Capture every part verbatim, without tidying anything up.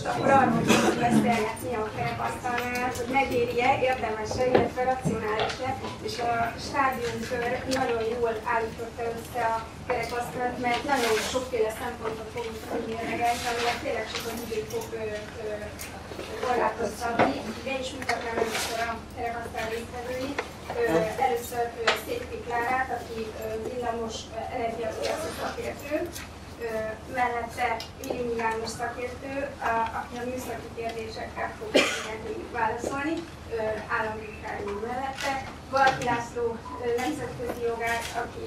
most akkor arról tudok beszélgetni a kerekasztalnál, hogy megéri-e, érdemes-e, illetve racionális-e, és a stádiumkör nagyon jól állította össze a kerekasztalt, mert nagyon sokféle szempontot fogunk tudni mérlegelni, amivel tényleg sok az idő fog korlátoztatni. Be is mutatnám először a kerekasztal résztvevőit. Először Szécki Klárát, aki villamos energiapiaci szakértő, mellette Illényi János szakértő, aki a műszaki kérdésekkel fog válaszolni, államtitkárnő mellette, Valki László nemzetközi jogász, aki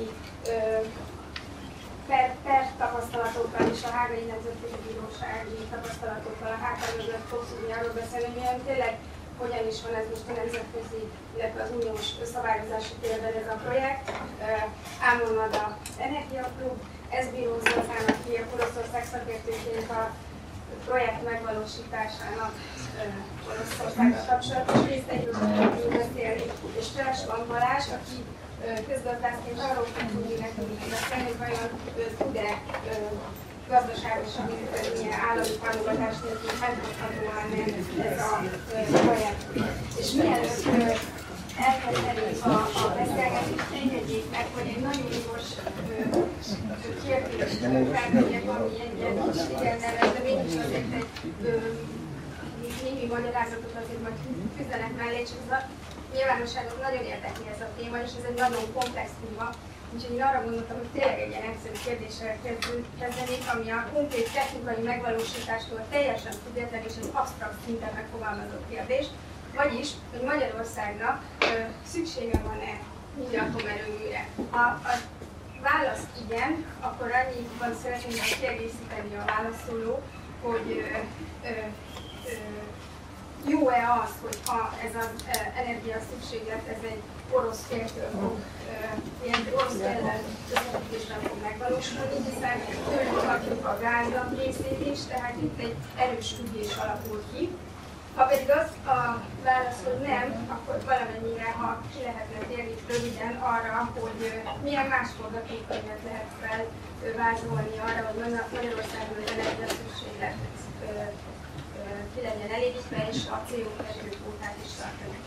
per, per tapasztalatokkal és a Hágai Nemzetközi Bírósági tapasztalatokkal a háta mögött fog tudni arról beszélni, hogy milyen tényleg hogyan is van ez most a nemzetközi, illetve az uniós szabályozási térben ez a projekt. Ámon Mada Energiaklub, Eszbíró Zoltán, aki a Oroszország szakértőként a projekt megvalósításának Oroszországgal kapcsolatos részeiről tudjuk beszélni, és Feresvan Balázs, aki közgazdászként arról fog tudni nekünk beszélni, hogy vajon tud-e gazdaságosan működni, állami támogatás nélkül fenntarthatóan ez a projekt. És mielőtt elkezdenék a, a beszélgetést, engedjék meg, hogy egy nagyon gyors kérdést feltegyek, ami egy ilyen kis igennel, de mégis azért egy némi magyarázatot azért majd küzdenek mellé, csak az a nyilvánosságot nagyon érdekli ez a téma, és ez egy nagyon komplex téma. Úgyhogy én arra gondoltam, hogy tényleg egy ilyen egyszerű kérdéssel kezdenék, ami a konkrét technikai megvalósítástól teljesen független és egy absztrakt szinten megfogalmazott kérdés. Vagyis, hogy Magyarországnak ö, szüksége van-e új atomerőműre. Ha a válasz igen, akkor annyiban szeretném kiegészíteni a válaszoló, hogy ö, ö, ö, jó-e az, hogy ha ez az energia szükséglet, ez egy orosz féltől fog, ilyen orosz ellen összefüggésben fog megvalósulni, hiszen tőlük kapjuk a gáznak részét is, tehát itt egy erős függés alakul ki. Ha pedig az a válasz, hogy nem, akkor valamennyire, ha ki lehetne térni röviden arra, hogy milyen más forgatókönyvet lehet felvázolni arra, hogy Magyarországon az energiaszükséglet ki legyen elégítve, és a cé o kettő kvótát is tartani.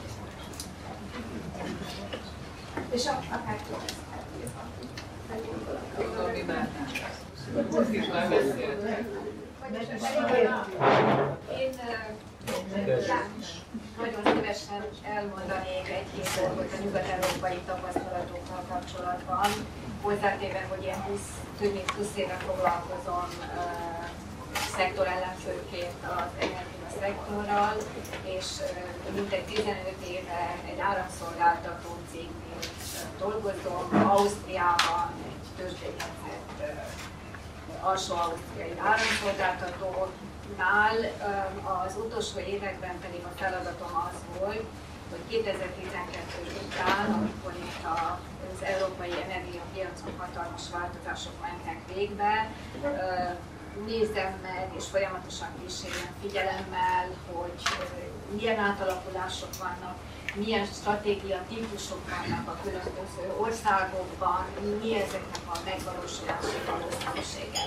És akár Én nagyon szívesen elmondanék egy-két dolgot a nyugat-európai tapasztalatokkal kapcsolatban, hozzátéve, hogy én húsz, több mint húsz éve foglalkozom szektorellenfőként az energia szektorral, és mintegy tizenöt éve egy áramszolgáltató cégnél dolgozom, Ausztriában egy tőzsdejegyzett alsó ausztriai áramszolgáltatónál. Az utolsó években pedig a feladatom az volt, hogy kétezer-tizenkettő után, amikor itt az európai energiapiacon hatalmas változások mentek végbe, nézzem meg és folyamatosan kísérjem figyelemmel, hogy milyen átalakulások vannak, milyen stratégia típusok vannak a különböző országokban, mi ezeknek a megvalósulási valószínűsége.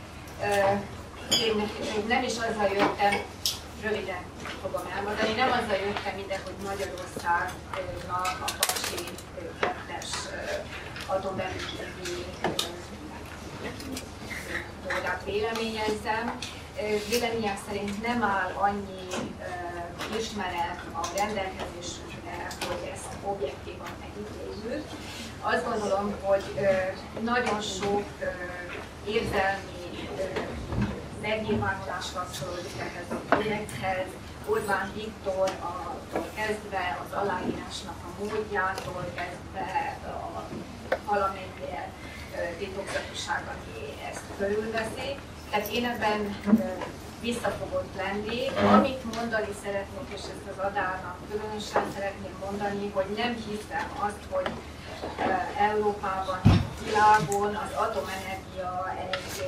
Én nem is azzal jöttem, röviden fogom elmondani, nem azzal jöttem ide, hogy Magyarországnak a Pasi kettes atomerőmű dolgát véleményezzem. Véleményem szerint nem áll annyi uh, ismeret a rendelkezésünkre, hogy ezt objektívan megítéljük. Azt gondolom, hogy uh, nagyon sok uh, érzelmi uh, megnyilvánulás kapcsolódik ehhez a projekthez. Orbán Viktortól kezdve az aláírásnak a módjától kezdve a valamennyire titokzatosság, aki ezt körülveszi. Tehát én ebben visszafogott lenni. Amit mondani szeretnék, és ezt az Adának különösen szeretném mondani, hogy nem hiszem azt, hogy Európában, világon az atomenergia egy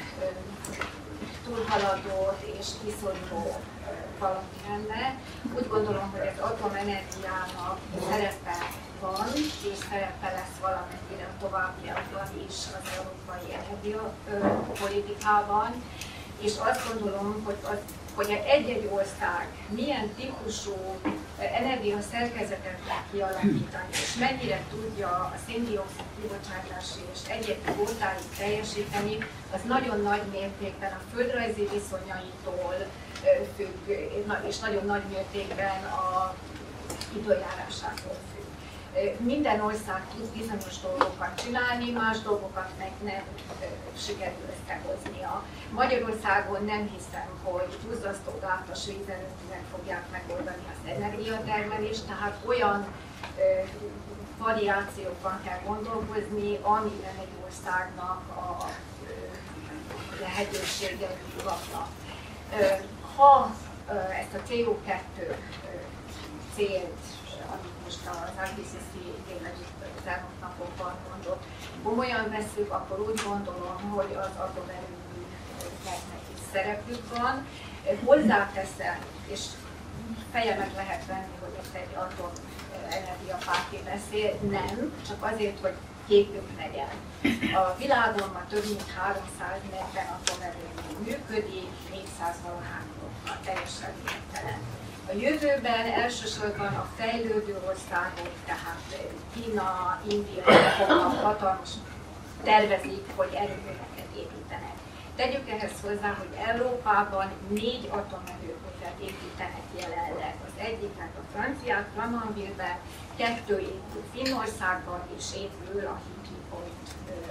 túlhaladott és kiszoruló valami lenne. Úgy gondolom, hogy az atomenergiának szerepe van, és szerepe lesz valamennyire a továbbiakban is az európai energiapolitikában. és azt gondolom, hogy, az, hogy egy-egy ország milyen típusú energiaszerkezetet kell kialakítani, és mennyire tudja a szén-dioxid kibocsátási és egyéb kvótáit teljesíteni, az nagyon nagy mértékben a földrajzi viszonyaitól függ, és nagyon nagy mértékben a időjárásától függ. Minden ország tud bizonyos dolgokat csinálni, más dolgokat meg nem sikerül összehoznia. Magyarországon nem hiszem, hogy duzzasztó gátas vízerőművek fogják megoldani az energiatermelést, tehát olyan ö, variációkban kell gondolkozni, amiben egy országnak a ö, lehetőségei vannak. Ha ö, ezt a cé o kettő célt, amit most az i pé cé cé az elmúlt napokban mondott, komolyan veszük, akkor úgy gondolom, hogy az atomerőműveknek is szerepük van. Hozzáteszem, és fejemet lehet venni, hogy ezt egy atomenergiapárti beszél, nem, csak azért, hogy képünk legyen. A világon ma több mint háromszáznegyven atomerőmű működik, négyszáz valahányokkal teljesen értelen. A jövőben elsősorban a fejlődő országok, tehát Kína, India, Japán hatalmas tervezik, hogy erőműveket építenek. Tegyük ehhez hozzá, hogy Európában négy atomerőművet építenek jelenleg. Az egyiket a franciák, Flamanville-ben, kettő épül Finnországban, és épül a Hinkley Point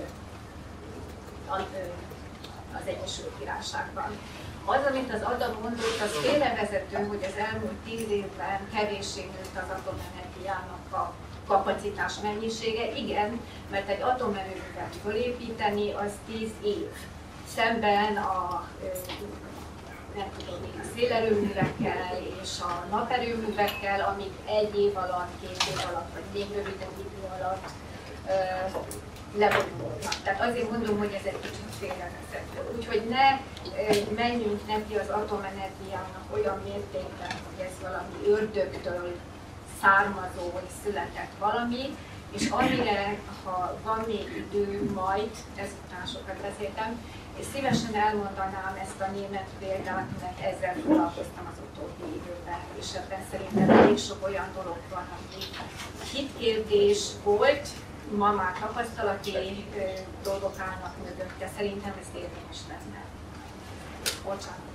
az Egyesült Királyságban. Az, amit az Adam mondott, az félrevezető, hogy az elmúlt tíz évben kevéssé nőtt az atomenergiának a kapacitás mennyisége. Igen, mert egy atomerőművet fölépíteni az tíz év. Szemben a, nem tudom én, a szélerőművekkel és a naperőművekkel, amik egy év alatt, két év alatt, vagy még rövidebb idő alatt lebonyolulnak. Tehát azért mondom, hogy ez egy kicsit félrevezető. Úgyhogy ne menjünk neki az atomenergiának olyan mértékben, hogy ez valami ördögtől származó vagy született valami, és amire, ha van még idő majd, ezután sokat beszéltem, és szívesen elmondanám ezt a német példát, mert ezzel foglalkoztam az utóbbi időben, és ebben szerintem elég sok olyan dolog van, ami hitkérdés volt, ma már tapasztalati dolgok állnak mögött, de szerintem ez érvényes lenne. Bocsánat.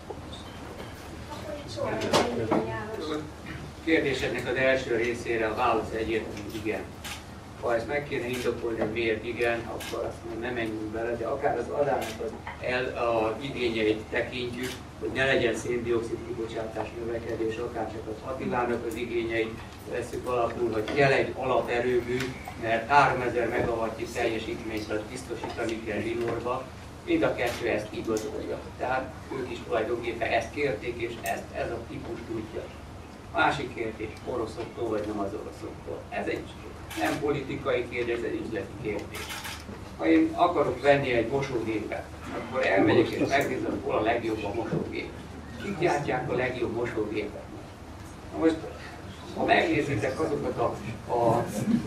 Kérdésednek az első részére a válasz egyértelmű igen. Ha ezt meg kéne indokolni, hogy miért igen, akkor azt mondom, nem menjünk bele, de akár az adának az el, a igényeit tekintjük, hogy ne legyen szén-dioxid kibocsátás növekedés, akár csak az Attilának az igényeit veszük alapul, hogy kell egy alaperőmű, mert háromezer megawattnyi teljesítményt biztosítani kell zsinórba, mind a kettő ezt igazolja. Tehát ők is tulajdonképpen ezt kérték, és ezt ez a típus tudja. Másik kérdés, oroszoktól vagy nem az oroszoktól. Ez egy nem politikai kérdés, ez egy üzleti kérdés. Ha én akarok venni egy mosógépet, akkor elmegyek és megnézem, hol a legjobb a mosógép. Kik gyártják a legjobb mosógépet? Na most, ha megnézitek azokat a, a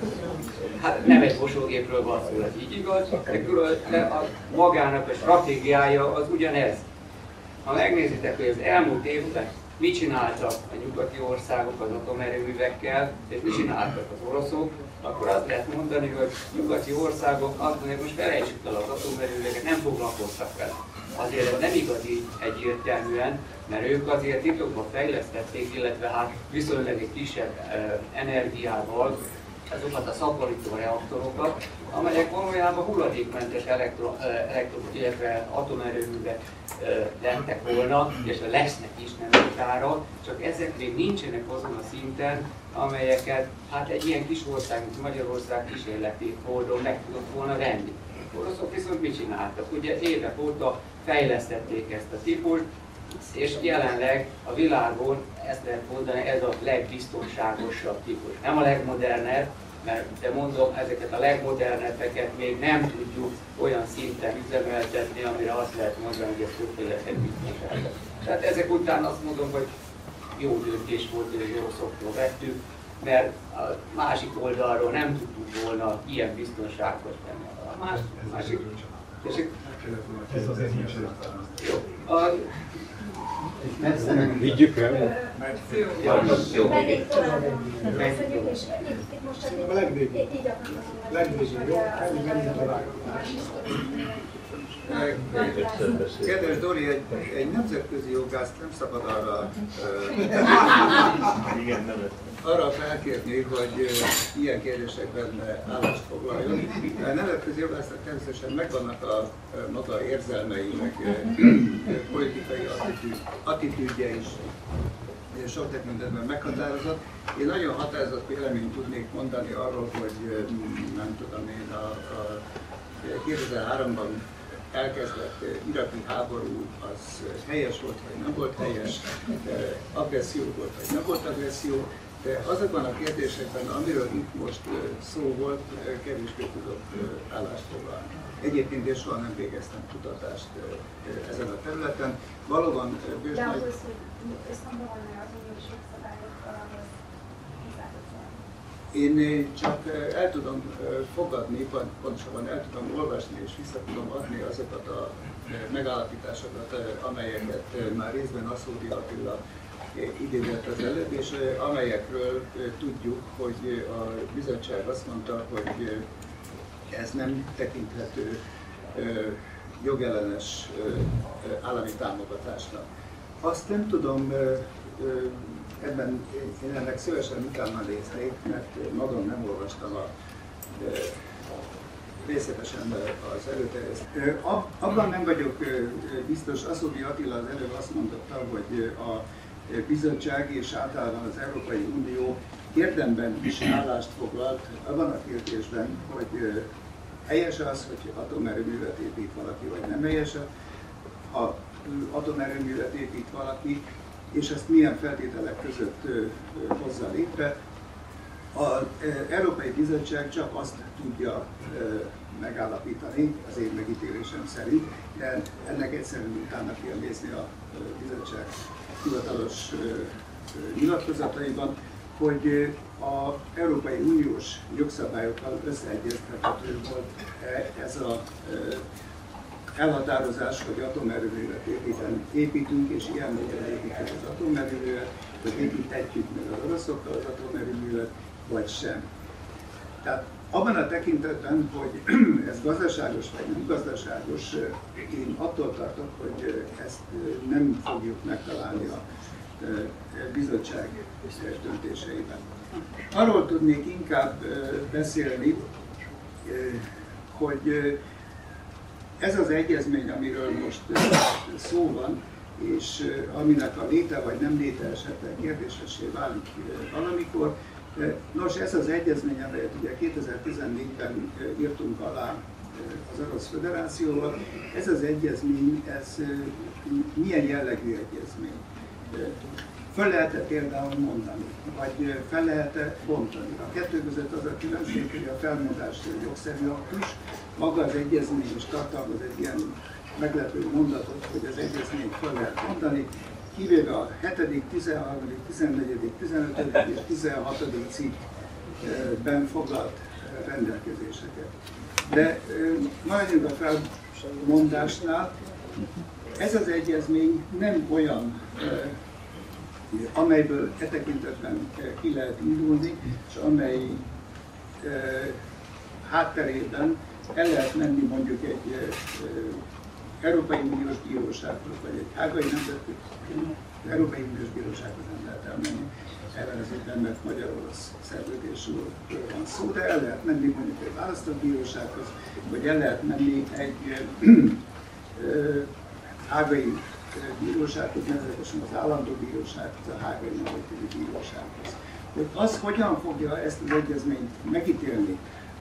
hát nem egy mosógépről van szó, ez így igaz, de, külön, de a magának a stratégiája az ugyanez. Ha megnézitek, hogy az elmúlt évben mit csináltak a nyugati országok az atomerőművekkel, és mit csináltak az oroszok, akkor azt lehet mondani, hogy nyugati országok azt mondják, most felejtsük el az atomerőműveket, nem foglalkoztak vele. Azért ez nem igaz így egyértelműen, mert ők azért titokban fejlesztették, illetve hát viszonylag egy kisebb e, energiával azokat a szaporító reaktorokat, amelyek valójában hulladékmentes elektro, elektro, illetve atomerőművek lettek volna, és lesznek is nem sokára, csak ezek még nincsenek azon a szinten, amelyeket hát egy ilyen kis ország, mint Magyarország kísérleti módon meg tudott volna venni. Oroszok viszont mit csináltak? Ugye évek óta fejlesztették ezt a típust, és jelenleg a világon ezt lehet mondani, ez a legbiztonságosabb típus. Nem a legmodernebb, mert de mondom, ezeket a legmodernebbeket még nem tudjuk olyan szinten üzemeltetni, amire azt lehet mondani, hogy ez tökéletesen biztonságos. Tehát ezek után azt mondom, hogy jó döntés volt, hogy az oroszoktól vettük, mert a másik oldalról nem tudtuk volna ilyen biztonságos lenni. A más, másik, másik, Ez azért nincs értelme. jó. A... Vigyük el. Jó. Mennék tovább. Köszönjük, és itt, itt most csak A legvégén. így akartam mondani. Legvégén, jó? Elég menjünk tovább. Kedves Dori, egy, egy nemzetközi jogászt nem szabad arra, arra felkérni, hogy ilyen kérdésekben állást foglaljon. A nemzetközi jogásznak természetesen megvannak a maga érzelmei, meg politikai attitűdje is sok tekintetben meghatározott. Én nagyon határozott véleményt tudnék mondani arról, hogy nem tudom én, a, a kétezer-háromban elkezdett iraki háború az helyes volt, vagy nem volt helyes, agresszió volt, vagy nem volt agresszió, de azokban a kérdésekben, amiről itt most szó volt, kevésbé tudok állást foglalni. Egyébként én soha nem végeztem kutatást ezen a területen. Valóban bős De nagy... ahhoz, hogy összehangolni az uniós jogszabályokkal, ahhoz Én csak el tudom fogadni, pontosabban el tudom olvasni és vissza tudom adni azokat a megállapításokat, amelyeket már részben Aszódi Attila idézett az előbb, és amelyekről tudjuk, hogy a bizottság azt mondta, hogy ez nem tekinthető jogellenes állami támogatásnak. Azt nem tudom, ebben én ennek szívesen utána néznék, mert magam nem olvastam a, részletesen az előterjesztést. Abban nem vagyok biztos, Aszódi Attila az előbb azt mondotta, hogy a bizottság és általában az Európai Unió érdemben is állást foglalt abban a kérdésben, hogy helyes az, hogy atomerőművet épít valaki, vagy nem helyes, ha atomerőművet épít valaki, és ezt milyen feltételek között hozza létre. Az Európai Bizottság csak azt tudja megállapítani, az én megítélésem szerint, de ennek egyszerűen utána kell nézni a bizottság hivatalos nyilatkozataiban, hogy az Európai Uniós jogszabályokkal összeegyeztethető volt ez a elhatározás, hogy atomerőművet építünk, és ilyen módon építjük az atomerőművet, hogy építhetjük meg az oroszokkal az atomerőművet, vagy sem. Tehát abban a tekintetben, hogy ez gazdaságos vagy nem gazdaságos, én attól tartok, hogy ezt nem fogjuk megtalálni a bizottság döntéseiben. Arról tudnék inkább beszélni, hogy ez az egyezmény, amiről most szó van, és aminek a léte vagy nem léte esetleg kérdésessé válik valamikor. Nos, ez az egyezmény, amelyet ugye kétezer-tizennégyben írtunk alá az Orosz Föderációval, ez az egyezmény, ez milyen jellegű egyezmény? Föl lehet-e például mondani, vagy fel lehet-e bontani? A kettő között az a különbség, hogy a felmondás jogszerű aktus, maga az egyezmény is tartalmaz egy ilyen meglepő mondatot, hogy az egyezményt fel lehet mondani, kivéve a hetedik, tizenharmadik, tizennegyedik, tizenötödik és tizenhatodik cikkben foglalt rendelkezéseket. De maradjunk a felmondásnál, ez az egyezmény nem olyan, amelyből e tekintetben ki lehet indulni, és amely hátterében el lehet menni mondjuk egy Európai Uniós Bírósághoz, vagy egy Hágai Nemzetközi Európai Uniós Bírósághoz nem lehet elmenni ebben az ügyben, mert magyar-orosz szerződésről van szó, de el lehet menni mondjuk egy választott bírósághoz, vagy el lehet menni egy Hágai bírósághoz, nevezetesen az állandó bírósághoz, a Hágai Nemzetközi Bírósághoz. Hogy az hogyan fogja ezt az egyezményt megítélni,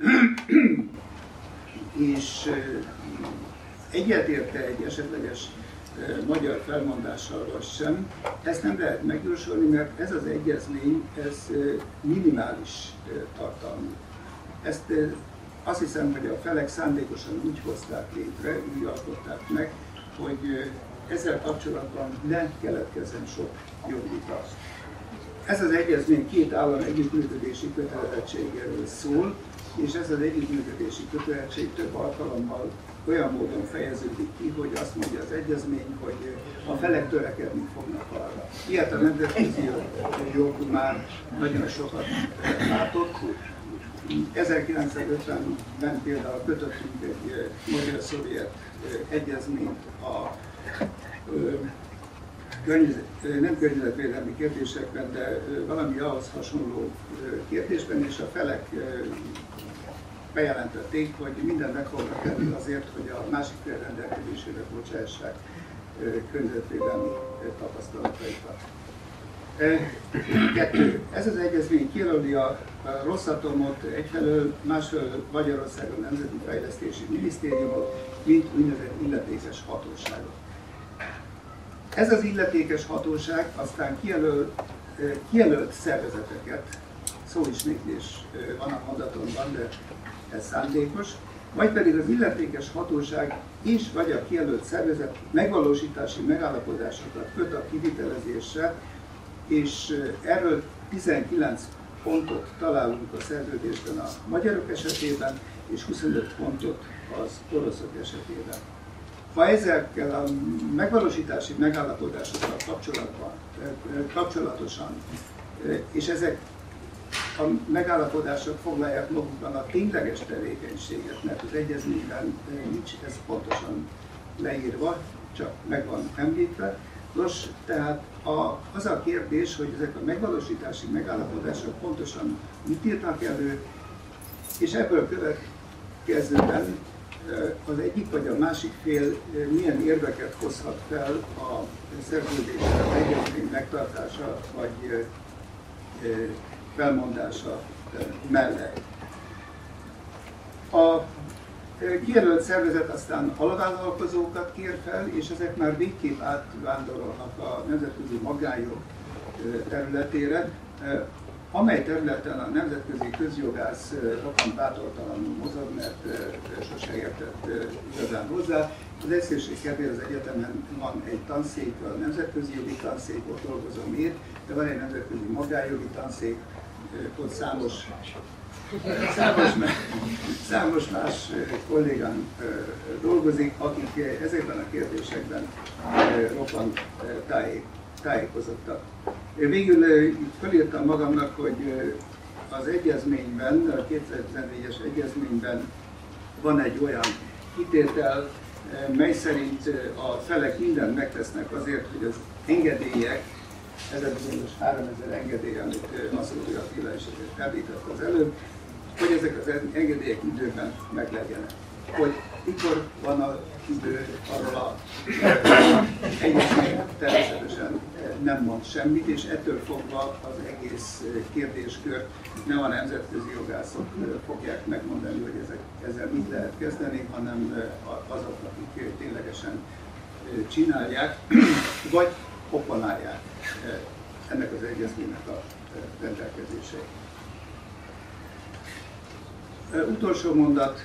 és egyetérte egy esetleges magyar felmondással vagy sem, ezt nem lehet megjósolni, mert ez az egyezmény, ez minimális tartalmú. Ezt azt hiszem, hogy a felek szándékosan úgy hozták létre, úgy alkották meg, hogy ezzel kapcsolatban ne keletkezzen sok jogvita. Ez az egyezmény két állam együttműködési kötelezettségéről szól, és ez az együttműködési kötelezettség több alkalommal olyan módon fejeződik ki, hogy azt mondja az egyezmény, hogy a felek törekedni fognak arra. Ilyet a nemzetközi jog már nagyon sokat látott. ezerkilencszázötvenben például kötöttünk egy magyar-szovjet egyezményt a környezet, nem környezetvédelmi kérdésekben, de valami ahhoz hasonló kérdésben, és a felek bejelentették, hogy mindent meg fognak tenni azért, hogy a másik fél rendelkezésére bocsássák környezetvédelmi tapasztalataikat. Kettő. Ez az egyezmény kijelöli a Rosszatomot egyfelől, másfelől Magyarországon Nemzeti Fejlesztési Minisztériumot, mint úgynevezett illetékes hatóságot. Ez az illetékes hatóság aztán kijelöl, kijelölt szervezeteket, szóismétlés van a mondatomban, de ez szándékos, vagy pedig az illetékes hatóság is, vagy a kijelölt szervezet megvalósítási megállapodásokat köt a kivitelezéssel, és erről tizenkilenc pontot találunk a szerződésben a magyarok esetében, és huszonöt pontot az oroszok esetében. Ha ezekkel a megvalósítási megállapodásokkal kapcsolatban, kapcsolatosan, és ezek a megállapodások foglalják magukban a tényleges tevékenységet, mert az egyezményben nincs ez pontosan leírva, csak meg van említve. Nos, tehát a, az a kérdés, hogy ezek a megvalósítási megállapodások pontosan mit írnak elő, és ebből következően az egyik vagy a másik fél milyen érveket hozhat fel a szerződésre, az egyezmény megtartása vagy felmondása mellett. A kijelölt szervezet aztán alvállalkozókat kér fel, és ezek már végképp átvándorolnak a nemzetközi magánjog területére, amely területen a nemzetközi közjogász roppant bátortalanul mozog, mert sose értett igazán hozzá. Az egyszerűség kedvéért az egyetemen van egy tanszék, a nemzetközi jogi tanszék, ott dolgozom én, de van egy nemzetközi magánjogi tanszék, ott számos, számos, számos más kollégám dolgozik, akik ezekben a kérdésekben roppant tájék, tájékozottak. Végül felírtam magamnak, hogy az egyezményben, a kétezer-tizennégyes egyezményben van egy olyan kitétel, mely szerint a felek mindent megtesznek azért, hogy az engedélyek, ez a bizonyos háromezer engedély, amit Maszódi Attila is említett az előbb, hogy ezek az engedélyek időben meglegyenek. Hogy mikor van az idő, arról a egyezmény természetesen nem mond semmit, és ettől fogva az egész kérdéskört nem a nemzetközi jogászok fogják megmondani, hogy ezek, ezzel mit lehet kezdeni, hanem azok, akik ténylegesen csinálják, vagy opponálják ennek az egyezménynek a rendelkezéseit. Utolsó mondat.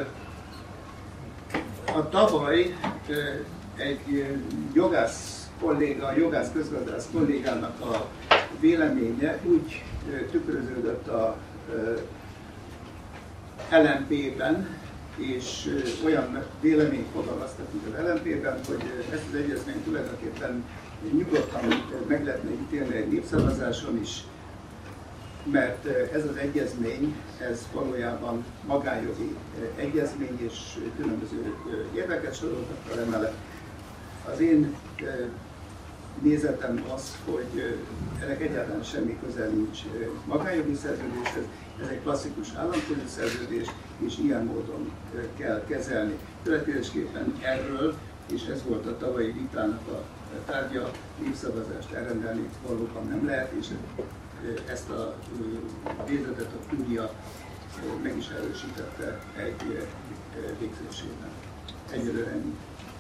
A tavaly egy jogász kolléga, jogász közgazdász kollégának a véleménye úgy tükröződött a el em pé-ben, és olyan véleményt fogalmaztak az el em pé-ben, hogy ezt az egyezményt tulajdonképpen nyugodtan meg lehetne ítélni egy népszavazáson is, mert ez az egyezmény, ez valójában magánjogi egyezmény, és különböző érveket soroltak fel emellett. Az én nézetem az, hogy ennek egyáltalán semmi köze nincs magánjogi szerződéshez, ez egy klasszikus államközi szerződés, és ilyen módon kell kezelni. Következésképpen erről, és ez volt a tavalyi vitának a tárgya, népszavazást elrendelni valóban nem lehet, és ezt a nézetet a kúria meg is erősítette egy végzésében. Egyelőre ennyi.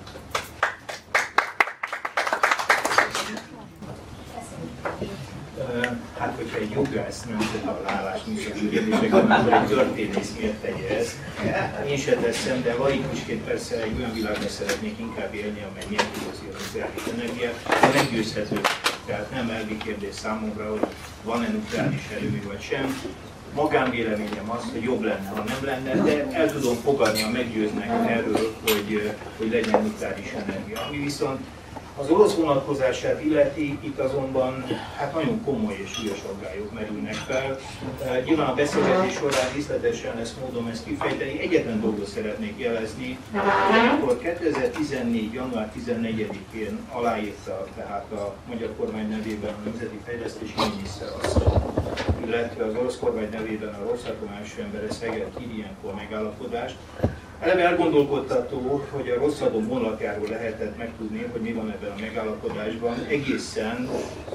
Hát, hogyha egy jogász nem tud a állásműsor kérdéseket, akkor egy történész miért tegye ezt. Én se teszem, de laikusként persze egy olyan világban szeretnék inkább élni, amely nélkülözi a nukleáris energiát, de meggyőzhető. Tehát nem elvi kérdés számomra, hogy van-e nukleáris erőmű vagy sem. magánvéleményem az, hogy jobb lenne, ha nem lenne, de el tudom fogadni, ha meggyőznek erről, hogy, hogy legyen nukleáris energia. Ami viszont az orosz vonatkozását illeti, itt azonban hát nagyon komoly és súlyos aggályok merülnek fel. Nyilván a beszélgetés során részletesen lesz módom ezt kifejteni. Egyetlen dolgot szeretnék jelezni, amikor kétezer-tizennégy. január tizennegyedikén aláírta tehát a magyar kormány nevében a Nemzeti Fejlesztési Miniszter asszony, illetve az orosz kormány nevében a Rosatom első embere Szeged Kiryenko megállapodást. Eleve elgondolkodtató, hogy a Rosatom honlapjáról lehetett megtudni, hogy mi van ebben a megállapodásban egészen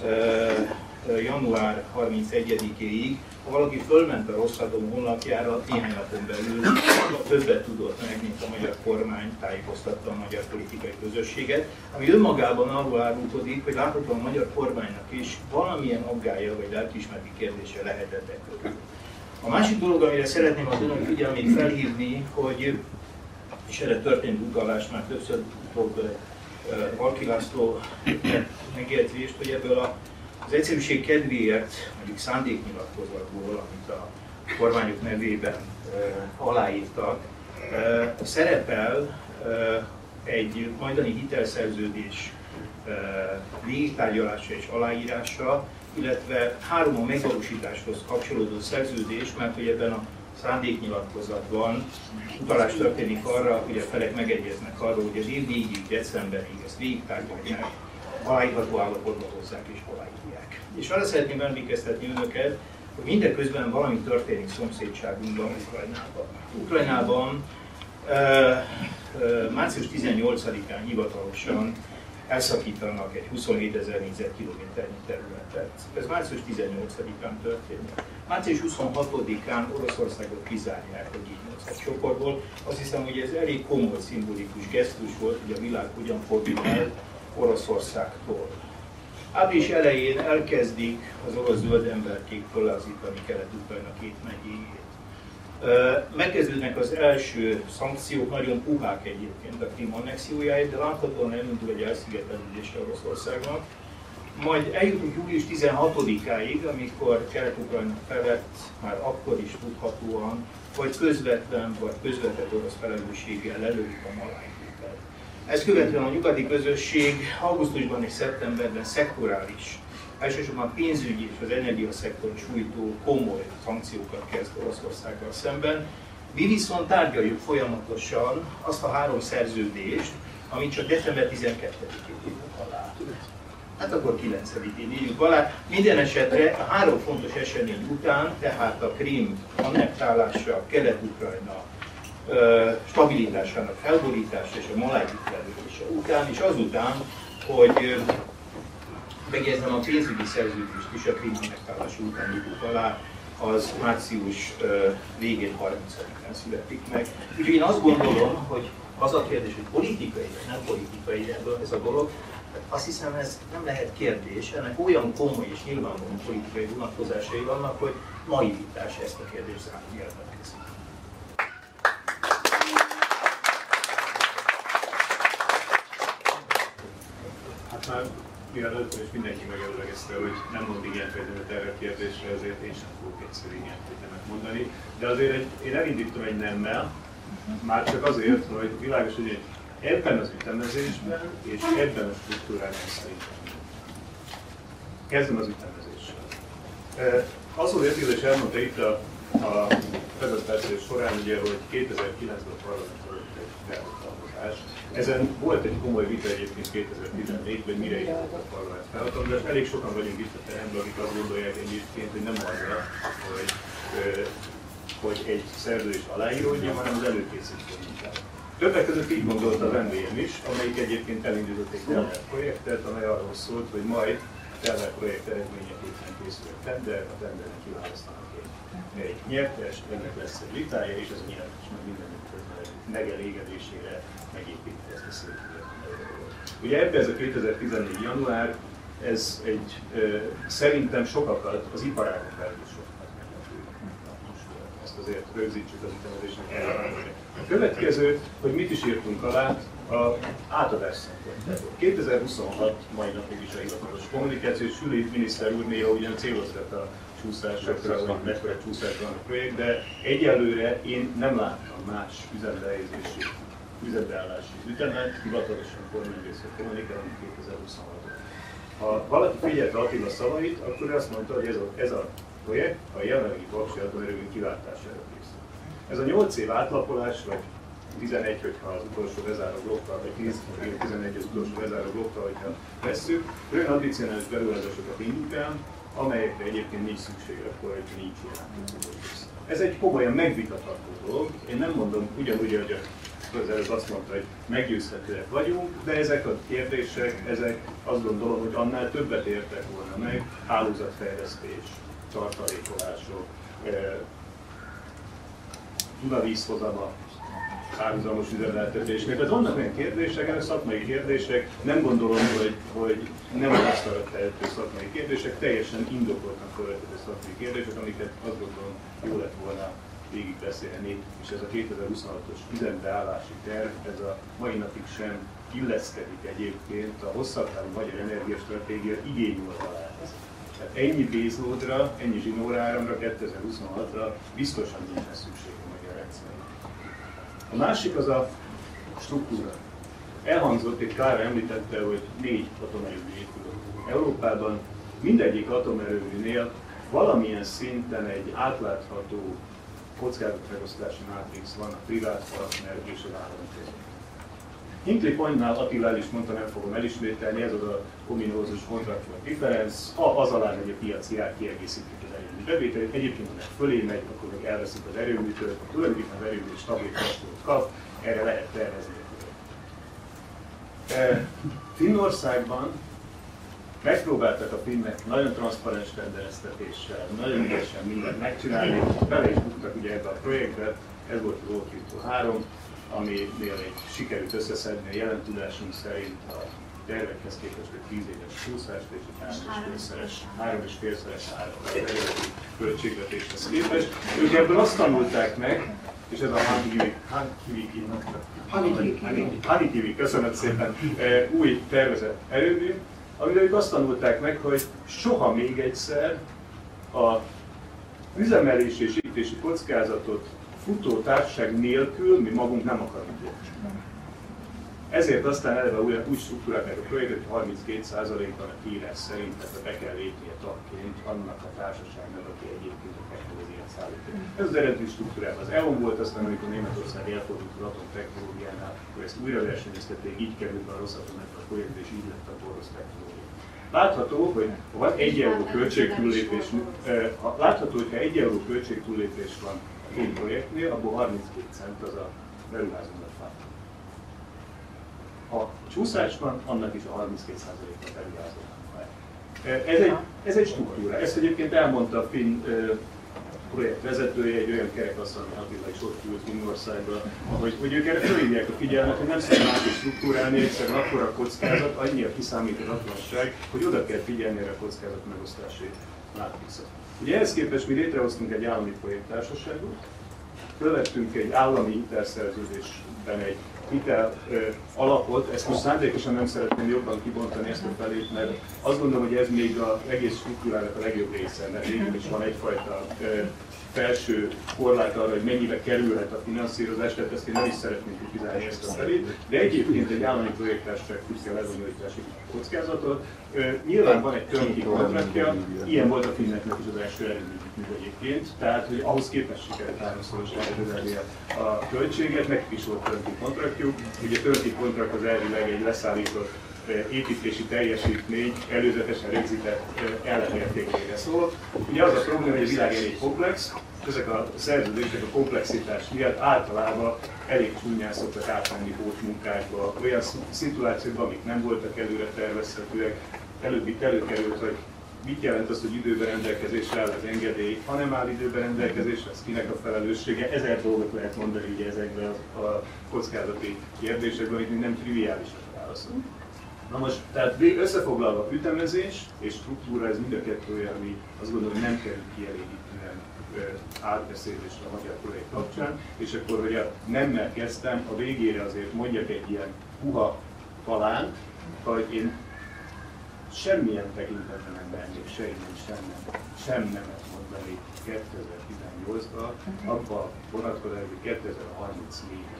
uh, január harmincegyedikéig. Ha valaki fölment a Rosatom honlapjára, néhány napon belül többet tudott meg, mint a magyar kormány tájékoztatta a magyar politikai közösséget, ami önmagában arról árulkodik, hogy láthatóan a magyar kormánynak is valamilyen aggálya vagy lelkiismereti kérdése lehetett ekkor. A másik dolog, amire szeretném az önök figyelmét felhívni, hogy, és erre történt utalás, már többször volt Valki László megjegyzést, hogy ebből a, az egyszerűség kedvéért, mondjuk szándéknyilatkozatból, amit a kormányok nevében uh, aláírtak, uh, szerepel uh, egy majdani hitelszerződés uh, végigtárgyalása és aláírása, illetve három a megvalósításhoz kapcsolódó szerződés, mert hogy ebben a szándéknyilatkozatban utalás történik arra, hogy a felek megegyeznek arról, hogy az év végig, decemberig ezt végigtárgyalják, aláírható állapotba hozzák és aláírják. És arra szeretném emlékeztetni önöket, hogy mindeközben valami történik szomszédságunkban, Ukrajnában. Ukrajnában uh, uh, március tizennyolcadikán hivatalosan elszakítanak egy huszonhétezer négyzetkilométernyi területet. Ez március tizennyolcadikán történt. március huszonhatodikán Oroszországot kizárják a G nyolcas csoportból. Azt hiszem, hogy ez elég komoly szimbolikus gesztus volt, hogy a világ hogyan fordul el Oroszországtól. Április elején elkezdik az orosz zöldemberkék föllázítani Kelet-Ukrajna két megyéjét. Megkezdődnek az első szankciók, nagyon puhák egyébként a Krím annexiójáért, de láthatóan elindul egy elszigetelődése Oroszországnak. Majd eljutunk július tizenhatodikáig, amikor Kelet-Ukrajna felett már akkor is tudhatóan, vagy közvetlen, vagy közvetett orosz felelősséggel lelődik a Malájföldet. Ezt követően a nyugati közösség augusztusban és szeptemberben szektorális, elsősorban pénzügyi és az energiaszektor sújtó komoly szankciókat kezd Oroszországgal szemben. Mi viszont tárgyaljuk folyamatosan azt a három szerződést, amit csak december tizenkettedikén írunk alá. Hát akkor kilencedikén írjuk alá. Minden esetre a három fontos esemény után, tehát a Krím annektálása, Kelet-Ukrajna stabilitásának felborítása és a Malájföld felborítása után, és azután, hogy megjegyzem, a pénzügyi szerződést is a Krím annektálása után írjuk alá, az március végén harmincadikán születik meg. Úgyhogy én azt gondolom, hogy az a kérdés, hogy politikai vagy nem politikai ebből ez a dolog, azt hiszem, ez nem lehet kérdés, ennek olyan komoly és nyilvánvaló politikai vonatkozásai vannak, hogy mai vitás ezt a kérdést zárójelben kezdi. Hát már mielőtt is mindenki megelőlegezte, hogy nem mond igent vagy erre a kérdésre, ezért én sem fogok egyszer igent vagy nemet mondani. De azért egy, én elindítom egy nemmel, már csak azért, hogy világos, hogy ebben az ütemezésben és ebben a struktúrában szerintem. Kezdem az ütemezéssel. Az volt értékelés elmondta itt a, a prezentáció során, ugye, hogy kétezer-kilencben a parlament előtt egy felhatalmazás. Ezen volt egy komoly vita egyébként kétezer-tizennégyben, hogy mire jutott a parlament felhatalmazás. Elég sokan vagyunk itt a teremben, akik azt gondolják egyébként, hogy nem arra, hogy, hogy egy szerződés aláíródja, hanem az előkészítő munkát. Többek között így gondolta az em vé em is, amelyik egyébként elindított egy Teller projektet, amely arról szólt, hogy majd Teller projekt eredményeképpen készül egy tender, a tendernek kiválasztanak egy, egy nyertes, ennek lesz egy vitája, és ez a nyertes meg mindenük megelégedésére megépíti ezt a szép Ugye ebbe ez a kétezer-tizennégy január, ez egy szerintem sokakat, az iparágon belül sokakat meglepő. Ezt azért rögzítsük az ütemezésnek ellenére. A következő, hogy mit is írtunk alá, a átadás szempontjából. kétezer-huszonhat mai napig is a hivatalos kommunikáció, és Süli miniszter úr néha ugyan célozgat a csúszásokra, vagy mekkora csúszás van a projekt, de egyelőre én nem láttam más üzembeállítási, üzembeállási ütemet, hivatalosan kormányrészről kommunikálni kétezer-huszonhatot. Ha valaki figyelte Attila szavait, akkor azt mondta, hogy ez a, ez a projekt a jelenlegi Paksi atomerőmű kilátásra készül. Ez a nyolc év átlapolás, vagy tizenegy, hogyha az utolsó lezáró blokkal, vagy tíz, tizenegy az utolsó lezáró blokkal, hogyha vesszük, olyan addicionális beruházásokat indult el, amelyekre egyébként nincs szükség, akkor hogy nincs ilyen. Ez egy komolyan megvitatható dolog. Én nem mondom ugyanúgy, hogy az azt mondta, hogy meggyőzhetőek vagyunk, de ezek a kérdések, ezek azt gondolom, hogy annál többet értek volna meg, hálózatfejlesztés, tartalékolások, Duna-vízhozama, párhuzamos üzemeltetésnek. Tehát vannak olyan kérdések, ezek szakmai kérdések, nem gondolom, hogy, hogy nem az asztalra tehető szakmai kérdések, teljesen indokoltan felvethető szakmai kérdések, amiket azt gondolom jó lett volna végig beszélni, és ez a kétezer-huszonhatos üzembeállási terv, ez a mai napig sem illeszkedik egyébként a hosszabb távú magyar energiastratégia igényoldalához. Tehát ennyi baseloadra, ennyi zsinóráramra kétezer-huszonhatra biztosan nincsen szükség a magyar rendszerre. A másik az a struktúra. Elhangzott, és Klára említette, hogy négy atomerőmű épül. Európában mindegyik atomerőműnél valamilyen szinten egy átlátható kockázatmegosztási mátrix van a privát partner és az állam között. Hinkley Pointnál Attila el is mondta, nem fogom elismételni, ez az a ominózus contractual difference, ha az alá megy a piaci ár, kiegészítjük az erőmű bevételét, egyébként ha meg fölé megy, akkor meg elveszik az erőműtől, tulajdonképpen az erőmű stabil kastót kap, erre lehet tervezni. E, Finnországban megpróbáltak a finnek nagyon transzparens tendereztetéssel, nagyon ügyesen mindent megcsinálni, bele is buktak ugye ebbe a projektbe, ez volt az Orkito három, aminél egy sikerült összeszedni a jelen tudásunk szerint a tervekhez képest egy tíz éves csúszást és egy három és félszeres ára az eredeti költségvetéshez képest. Ők ebből azt tanulták meg, és ez a Hanikivik, köszönöm szépen, új tervezett erőmű, amiről ők azt tanulták meg, hogy soha még egyszer a üzemelés és építési kockázatot futó társaság nélkül mi magunk nem akarunk jönni. Ezért aztán eleve úgy, úgy struktúrálták a projektet, hogy harminckét százalékban a kiírás szerint tehát be kell lépnie tagként annak a társaságnak, aki egyébként a technológiát szállítja. Ez az eredeti struktúrában az e on volt, aztán amikor Németország elfordult az atomtechnológiánál, akkor ezt újra versenyeztették, így került a Rosatomnak a projekt, és így lett a orosz technológia. Látható, hogy van egy euró költségtúllépés, látható, hogy ha egy euró költségtúllépés van a két projektnél, abból harminckét cent az a beruházónak fáj. Ha csúszás van, annak is a harminckét százalék a beruházónak fáj. Ez egy, ez egy struktúra. Ezt egyébként elmondta a finn projekt vezetője, egy olyan kerekasztal, ami Attila is ott ült Finnországban, hogy, hogy ők erre felhívják a figyelmet, hogy nem szabad máshogy struktúrálni, egyszerűen akkora a kockázat, annyi a kiszámíthatatlanság, hogy oda kell figyelni erre a kockázat megosztási mátrixot. Ugye ehhez képest mi létrehoztunk egy állami projekttársaságot, fölvettünk egy állami hitelszerződésben egy hitel ö, alapot, ezt most szándékosan nem szeretném jobban kibontani ezt a felét, mert azt gondolom, hogy ez még az egész struktúrának a legjobb része, mert végül is van egyfajta ö, felső korlát arra, hogy mennyibe kerülhet a finanszírozás, tehát ezt én nem is szeretném kritizálni ezt a felét, de egyébként egy állami projekttársaság tudja lebonyolítási kockázatot. Ö, nyilván van egy turnkey kontraktja, ilyen volt a finneknek is az első erőművük egyébként, tehát hogy ahhoz képest sikerült háromszorosan elvezetni a költséget, nekik is volt turnkey kontraktjuk. Ugye a turnkey kontrakt az elvileg egy leszállított építési teljesítmény előzetesen rögzített ellenértékére szól. Ugye az a probléma, hogy a világ elég komplex, ezek a szerződések a komplexitás miatt általában elég csúnyán szoktak átmenni pótmunkákba, olyan szituációkban, amik nem voltak előre tervezhetőek. Előbb itt előkerült, hogy mit jelent az, hogy időben rendelkezésre áll az engedély, ha nem áll időben rendelkezésre, az kinek a felelőssége. Ezer dolgot lehet mondani ugye ezekben a, a kockázati kérdésekben, amit még nem triviálisak válaszolunk. Na most, tehát összefoglalva ütemezés és struktúra, ez mind a kettő olyan, ami azt gondolom, hogy nem kerül kielégítően átbeszélésre a magyar projekt kapcsán, és akkor, hogy a nemmel kezdtem, a végére azért mondjak egy ilyen puha falánt, hogy én semmilyen tekintetben nem mernék se innen, sem, sem nemet mondani kétezer-tizennyolcban, abban vonatkozóan, hogy kétezer-harmincnégyben.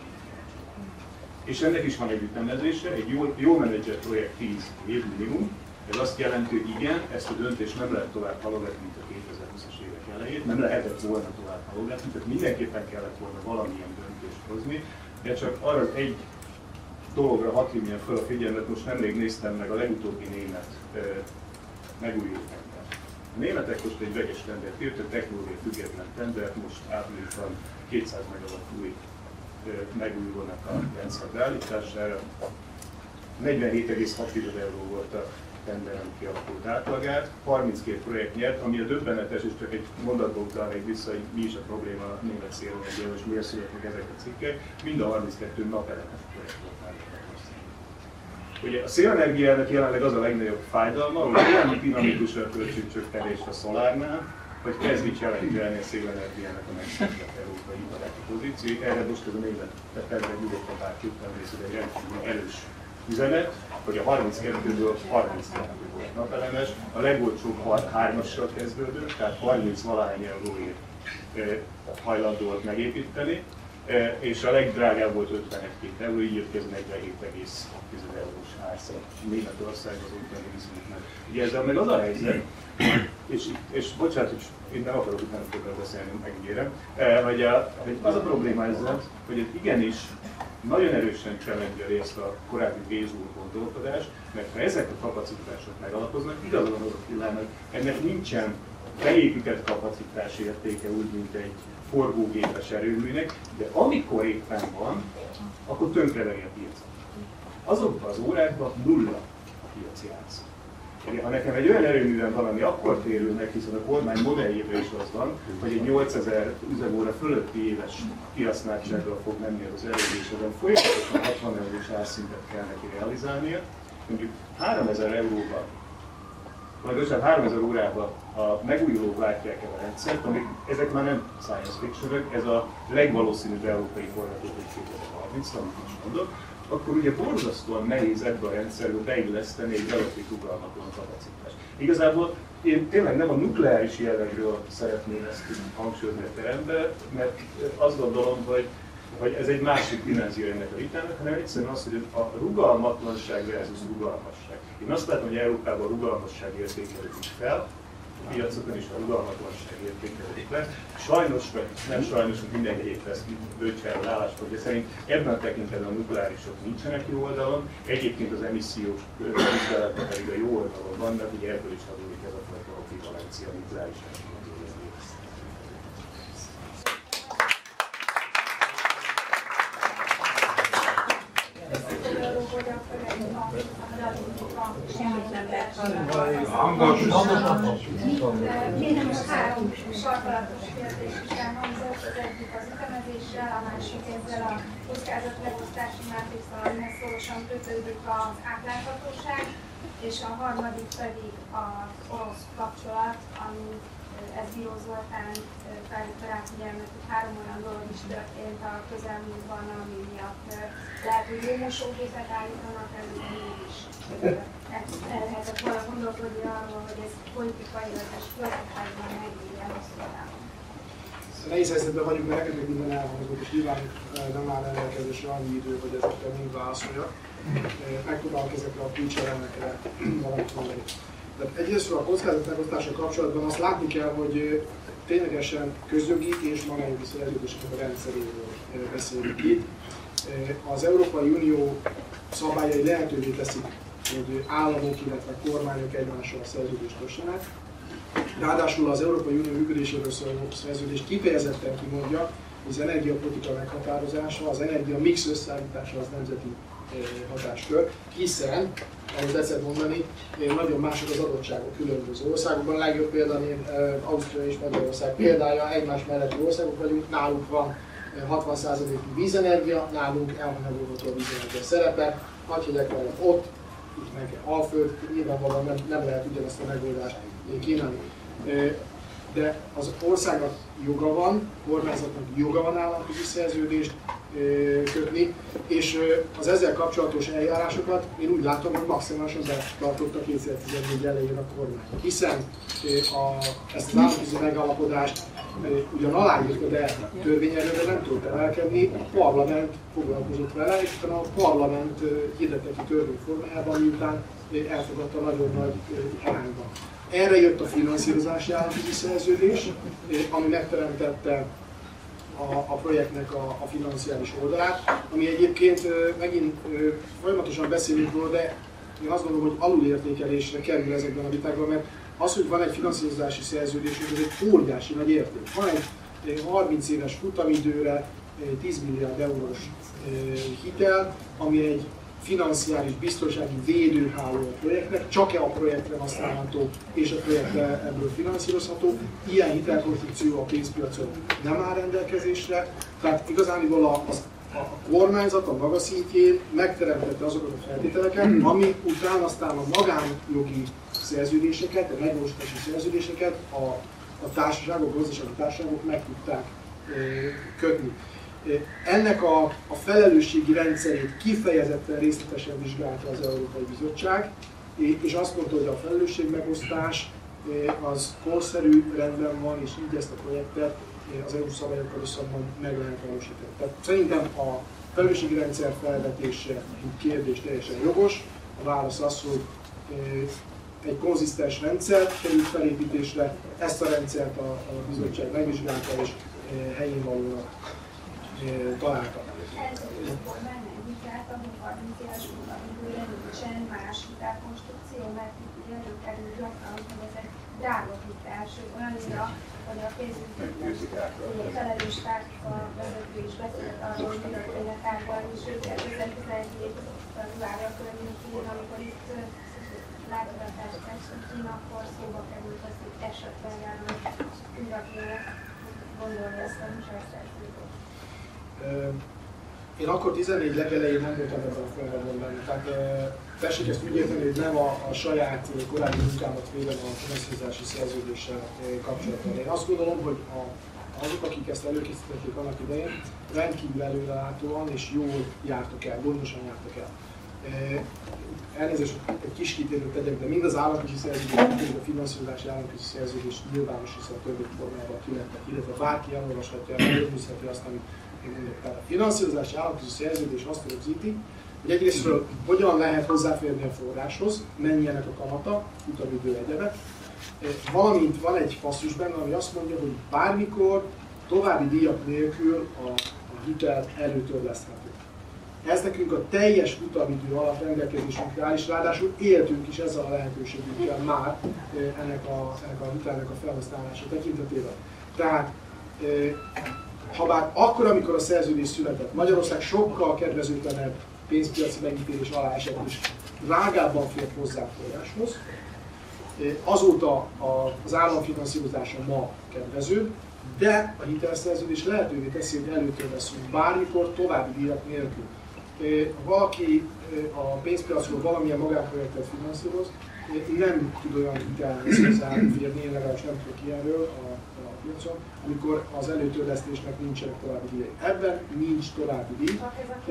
És ennek is van egy ütemezése, egy jó, jó menedzser projekt tíz év minimum. Ez azt jelenti, hogy igen, ezt a döntést nem lehet tovább halogatni, mint a kétezer-húszas évek elejét, nem lehetett volna tovább halogatni, tehát mindenképpen kellett volna valamilyen döntést hozni, de csak arra az egy dologra hadd hívjam fel a figyelmet, most nemrég néztem meg a legutóbbi német e, megújuló tendert. A németek most egy vegyes tendert írt, egy technológiai független tendert, most áprilisban kétszáz megawatt új e, megújulónak a rendszer beállítására. negyvenhét egész hat euró volt a tenderen kialakult átlagát, harminckét projekt nyert, ami a döbbenetes, és csak egy mondatban utalnék vissza, hogy mi is a probléma a német szélenergiával, és miért születnek ezek a cikkek, mind a harminckettő napelemes projekt volt már. Ugye a szélenergiának jelenleg az a legnagyobb fájdalma, hogy olyan dinamikus a költségcsökkenést a szolárnál, hogy kezdi challenge-elni a szélenergiának a megszűnhet európai iparági pozíció. Erre most ez a német tendre nyugodtan látjuk, természetesen egy rendkívül erős üzenet, hogy a harminckettőből harminckettő volt napelemes, a legolcsóbb hármassal kezdődött, tehát harminc valahány euróért hajlandó volt megépíteni, és a legdrágább volt ötvenegy euró, így jött ki ez negyvenhét egész hat eurós árszak. Németországban az utáni viszonylag meg. Ugye ezzel meg az a helyzet, és, és bocsánat, hogy én nem akarok utána többet beszélni, megígérem, hogy, a, hogy az a probléma ezzel, hogy igenis nagyon erősen challenge-eli ezt a korábbi Bézsúr gondolkodást, mert ha ezek a kapacitások megalapoznak, igazán az a pillanat, ennek nincsen beépített kapacitás értéke úgy, mint egy forgógépes erőműnek, de amikor éppen van, akkor tönkreveri a piacot. Azokban az órákban nulla a piaci árszak. Ha nekem egy olyan erőműben valami akkor térül meg, hiszen a kormány modelljében is az van, hogy egy nyolcezer üzemóra fölötti éves kihasználtsággal fog menni az erőmű, és ezen folyamatosan hatvan eurós árszintet kell neki realizálnia, mondjuk háromezer euróba, vagy bocsánat, háromezer órába a megújulók látják el a rendszert, amik, ezek már nem science fiction-ök, ez a legvalószínűbb európai forgatókönyv kétezer-harminc, amit is mondok, akkor ugye borzasztóan nehéz ebbe a rendszerbe beilleszteni egy relatív rugalmatlan kapacitást. Igazából én tényleg nem a nukleáris jellegről szeretném ezt hangsúlyozni a teremben, mert azt gondolom, hogy, hogy ez egy másik dimenzió ennek a vitának, hanem egyszerűen az, hogy a rugalmatlanság versus rugalmasság. Én azt látom, hogy Európában a rugalmasság értékelődik fel, a piacokon is a rugalmatlanság értékelődik le. Sajnos, vagy nem sajnos, hogy mindenki épp ezt bőcsáról álláspont, de szerint ebben a tekintetben a nukleárisok nincsenek jó oldalon, egyébként az emissziós vizsgálatok pedig a jó oldalon vannak, ugye ebből is adódik ez a fajta ekvivalencia a nukleáris Nekem most három sarkalatos kérdés is elhangzott, az egyik az ütemezéssel, a másik ezzel a kockázatmegosztási mátrixal, amihez szorosan kötődik az átláthatóság, és a harmadik pedig az orosz kapcsolat, ami ez Bíró Zoltán felhívta rá figyelmet, hogy három olyan dolog is történt a közelmúltban, ami miatt lehet, hogy jó mosógépet állítanak elő, de mégis el lehetett volna gondolkodni arról, hogy ez politikailag és gazdaságban megírja hosszú távon. Nehéz helyzetben vagyunk, mert neked még minden elhangzott, és nyilván nem áll rendelkezésre annyi idő, hogy ezekre mind válaszoljak. Megpróbálok ezekre a kulcselemekre valamit mondani. Tehát egyrészt a kockázatmegosztással kapcsolatban azt látni kell, hogy ténylegesen közjogi és magánjogi szerződéseknek a rendszeréről beszélünk itt. Az Európai Unió szabályai lehetővé teszik, hogy államok, illetve kormányok egymással szerződést kössenek. Ráadásul az Európai Unió működéséről szóló szerződés kifejezetten kimondja, hogy az energiapolitika meghatározása, az energia mix összeállítása az nemzeti hatáskör, hiszen, ahogy tetszett mondani, nagyon mások az adottságok különböző országokban. A legjobb példa, Ausztria és Magyarország példája, egymás melletti országok vagyunk, náluk van hatvan százalékig vízenergia, nálunk elhanyagolható a vízenergia szerepe, Nagyhegyek vannak ott, itt meg Alföld, nyilvánvalóan nem, nem lehet ugyanezt a megoldást kínálni. De az országnak joga van, kormányzatnak joga van államközi szerződést kötni, és az ezzel kapcsolatos eljárásokat én úgy látom, hogy maximálisan betartotta kétezer-tizennégy elején a kormány. Hiszen a, ezt az államközi megállapodást ugyan aláírta, de törvényerőre nem tudott emelkedni, a parlament foglalkozott vele, és utána a parlament hirdetett ki törvény formájában, miután elfogadta nagyon nagy arányban. Erre jött a finanszírozási államközi szerződés, ami megteremtette a, a projektnek a, a financiális oldalát, ami egyébként megint folyamatosan beszélünk róla, de én azt gondolom, hogy alulértékelésre kerül ezekben a vitákban, mert az, hogy van egy finanszírozási szerződés, ez egy óriási nagy érték. Van egy harminc éves futamidőre tíz milliárd eurós hitel, ami egy financiális biztonsági védőháló a projektnek, csak-e a projektre használható és a projektre ebből finanszírozható. Ilyen hitelkonstrukció a pénzpiacon nem áll rendelkezésre, tehát igazániból a, a, a kormányzat a maga szintjén megteremtette azokat a feltételeket, ami után aztán a magánjogi szerződéseket, a megvalósítási szerződéseket a, a társaságok, a gazdasági társaságok meg tudták e, kötni. Ennek a, a felelősségi rendszerét kifejezetten részletesen vizsgálta az Európai Bizottság, és azt mondta, hogy a felelősségmegosztás az korszerű, rendben van, és így ezt a projektet az é u szabályokkal összhangban meg lehet valósítani. Tehát szerintem a felelősségi rendszer felvetése kérdés teljesen jogos. A válasz az, hogy egy konzisztens rendszer került felépítésre, ezt a rendszert a, a bizottság megvizsgálta, és helyén valónak találtak. Ez a kormány megvizsgálta, hogy harminc éves futamidőre nincsen más hitelkonstrukció, mert itt előkerül gyakran, hogy ezek drága hitel, sőt olyanra, hogy a pénzügyi felelős tárca vezető is beszélt arról, hogy mi történnek tárgyalni, sőt kétezer-tizenegy év februárja környékén, amikor itt látogatást tettünk ki, akkor szóba került az, hogy esetleg újra kéne gondolni ezt a műsorszerződést. Én akkor tizennégy legelején nem voltam ebben a folyamatban benne. Tehát tessék ezt úgy érteni, hogy nem a, a saját korábbi munkámat végem a finanszírozási szerződéssel kapcsolatban. Én azt gondolom, hogy a, azok, akik ezt előkészítették annak idején, rendkívül előrelátóan és jól jártak el, gondosan jártak el. Elnézést, egy kis kitérőt tegyek, de mind az államközi szerződés, mind a finanszírozási államközi szerződés nyilvános, hiszen a törvényformájában kilettek, illetve bárki elolvashatja, elolvashatja azt, amit én mondok. Tehát a finanszírozási államközi szerződés azt rögzíti, hogy egyrésztről hogyan lehet hozzáférni a forráshoz, mennyi ennek a kamata, futamidő egyebek, valamint van egy passzus benne, ami azt mondja, hogy bármikor további díjak nélkül a, a hitelt előtörleszthető. Ez nekünk a teljes futamidő alatt rendelkezésünkre áll, és ráadásul éltünk is ezzel a lehetőségünkkel már ennek a, ennek a hitelnek a felhasználása tekintetében. Tehát, habár akkor, amikor a szerződés született, Magyarország sokkal kedvezőtlenebb pénzpiaci megítélés alá esett, és drágábban fért hozzá forráshoz, azóta az államfinanszírozása ma kedvező, de a hitelszerződés lehetővé teszi, hogy előtörleszünk bármikor további díjak nélkül. Ha valaki a pénzpiacról valamilyen magánprojektet finanszíroz, nem tud olyan hitelhez hozzáférni, én legalábbis nem tudok ilyenről a, a piacon, amikor az előtörlesztésnek nincsenek további díjai. Ebben nincs további díj.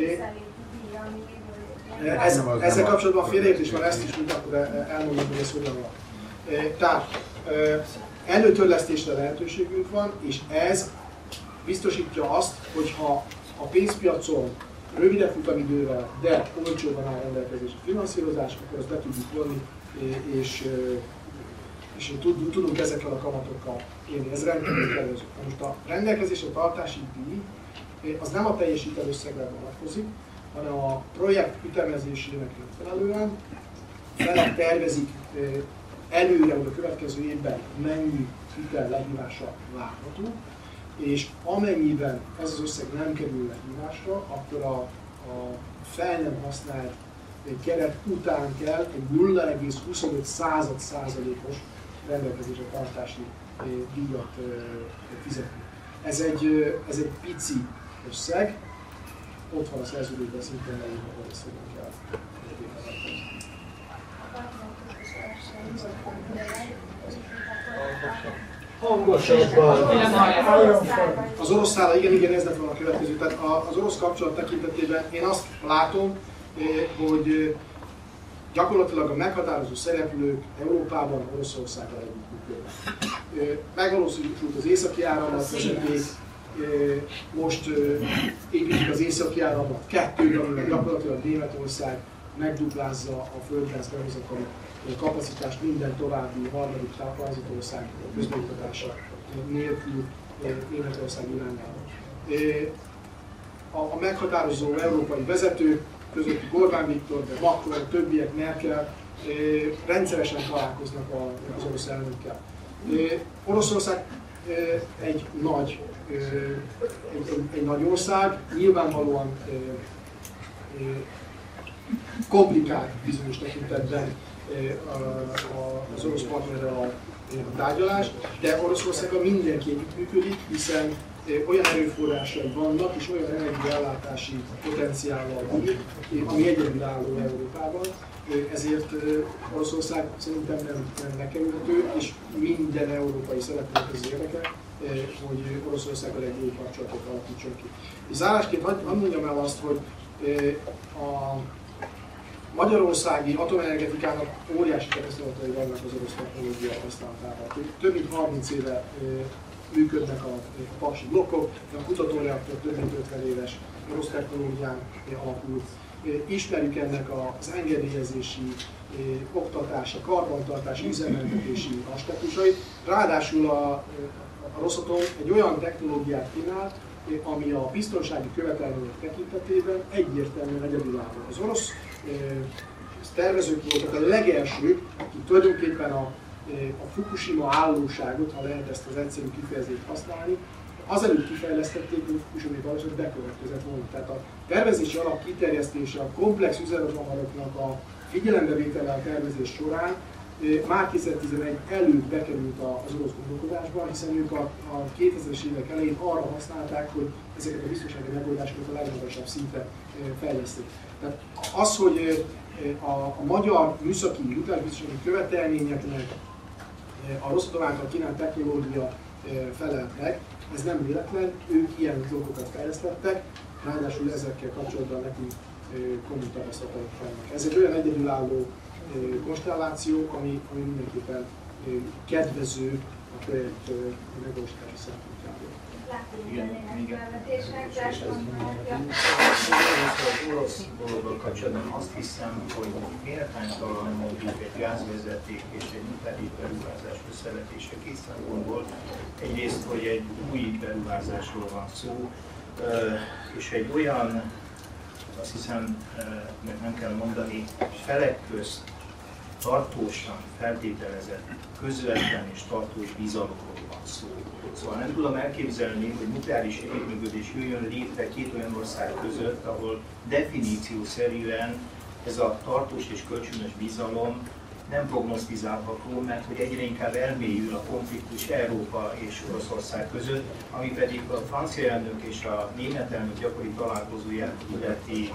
Ez, ezzel kapcsolatban félreértés van, ezt is mint akkor elmondom, hogy ez hogyan van. Tehát előtörlesztésre lehetőségünk van, és ez biztosítja azt, hogyha a pénzpiacon rövidebb futamidővel, de olcsóban áll rendelkezésre finanszírozás, akkor azt be tudjuk vonni, és, és tudunk ezekkel a kamatokkal élni. Ez rendkívül előző. Most a rendelkezésre tartási díj az nem a teljes hitelösszegre vonatkozik, hanem a projekt ütemezésének megfelelően felek tervezik előre, hogy a következő évben mennyi hitel lehívása várható, és amennyiben ez az összeg nem kerül lehívásra, akkor a, a fel nem használt keret után kell egy nulla egész huszonöt százalékos rendelkezésre tartási díjat fizetni. Ez egy, ez egy pici összeg, ott van a szerződésben szintén leírva, hogy ezt hogyan kell. Hangosabban. Az orosz szála, igen, igen, ez lett volna a következő. Tehát az orosz kapcsolat tekintetében én azt látom, hogy gyakorlatilag a meghatározó szereplők Európában Oroszországgal együttműködnek. Megvalósult az északi áramlat vezeték, most építjük az északi áramlat kettőt, amivel gyakorlatilag Németország megduplázza a földgáz behozatali kapacitást minden további harmadik táplálkozóország közbeiktatása nélkül Németország irányába. A, a meghatározó európai vezetők közöttük Orbán Viktor, de Macron, többiek, Merkel rendszeresen találkoznak az orosz elnökkel. Oroszország egy nagy, egy, egy, egy nagy ország, nyilvánvalóan komplikált bizonyos tekintetben az orosz partnerrel a tárgyalás, de Oroszországgal mindenki együttműködik, hiszen olyan erőforrásai vannak és olyan energiaellátási potenciállal bír, ami egyedülálló Európában, ezért Oroszország szerintem nem, nem megkerülhető, és minden európai szereplőnek az érdeke, hogy Oroszországgal egy új kapcsolatot alakítson ki. És zárásként hadd mondjam el azt, hogy a magyarországi atomenergetikának óriási tapasztalatai vannak az orosz technológia használatával. Több mint harminc éve működnek a paksi blokkok, a kutatóreaktor több mint ötven éves orosz technológián alapult. Ismerjük ennek az engedélyezési, oktatási, karbantartási, üzemeltetési aspektusait. Ráadásul a, a Rosatom egy olyan technológiát kínál, ami a biztonsági követelmények tekintetében egyértelműen egyedülálló. Az orosz tervezők voltak a legelsők, akik tulajdonképpen a, a Fukushima állóságot, ha lehet ezt az egyszerű kifejezést használni, azelőtt kifejlesztették, hogy Fukushima baleset bekövetkezett volna. Tehát a tervezési alap kiterjesztése, a komplex üzemanyagoknak a figyelembevétele a tervezés során már kétezer-tizenegy előtt bekerült az orosz gondolkodásba, hiszen ők a, a kétezres évek elején arra használták, hogy ezeket a biztonsági megoldásokat a legmagasabb szintre fejleszték. Tehát az, hogy a, a magyar műszaki utánbiztonsági követelményeknek a Rosatom által kínált technológia felelt meg, ez nem véletlen, ők ilyen dolgokat fejlesztettek, ráadásul ezekkel kapcsolatban nekünk komoly tapasztalatok vannak. Ez egy olyan egyedülálló konstelláció, ami, ami mindenképpen kedvező a projekt megvalósítási szempontjából. Az orosz dologgal kapcsolatban azt hiszem, hogy méltánytalan mondjuk egy gázvezeték és egy nukleáris beruházás összevetése két szempontból. Egyrészt, hogy egy új beruházásról van szó, és egy olyan, azt hiszem, meg nem kell mondani, felek közt tartósan feltételezett, közvetlen és tartós bizalomról van szó. Szóval nem tudom elképzelni, hogy nukleáris együttműködés jöjjön létre két olyan ország között, ahol definíciószerűen ez a tartós és kölcsönös bizalom nem prognosztizálható, mert hogy egyre inkább elmélyül a konfliktus Európa és Oroszország között, ami pedig a francia elnök és a német elnök gyakori találkozóját illeti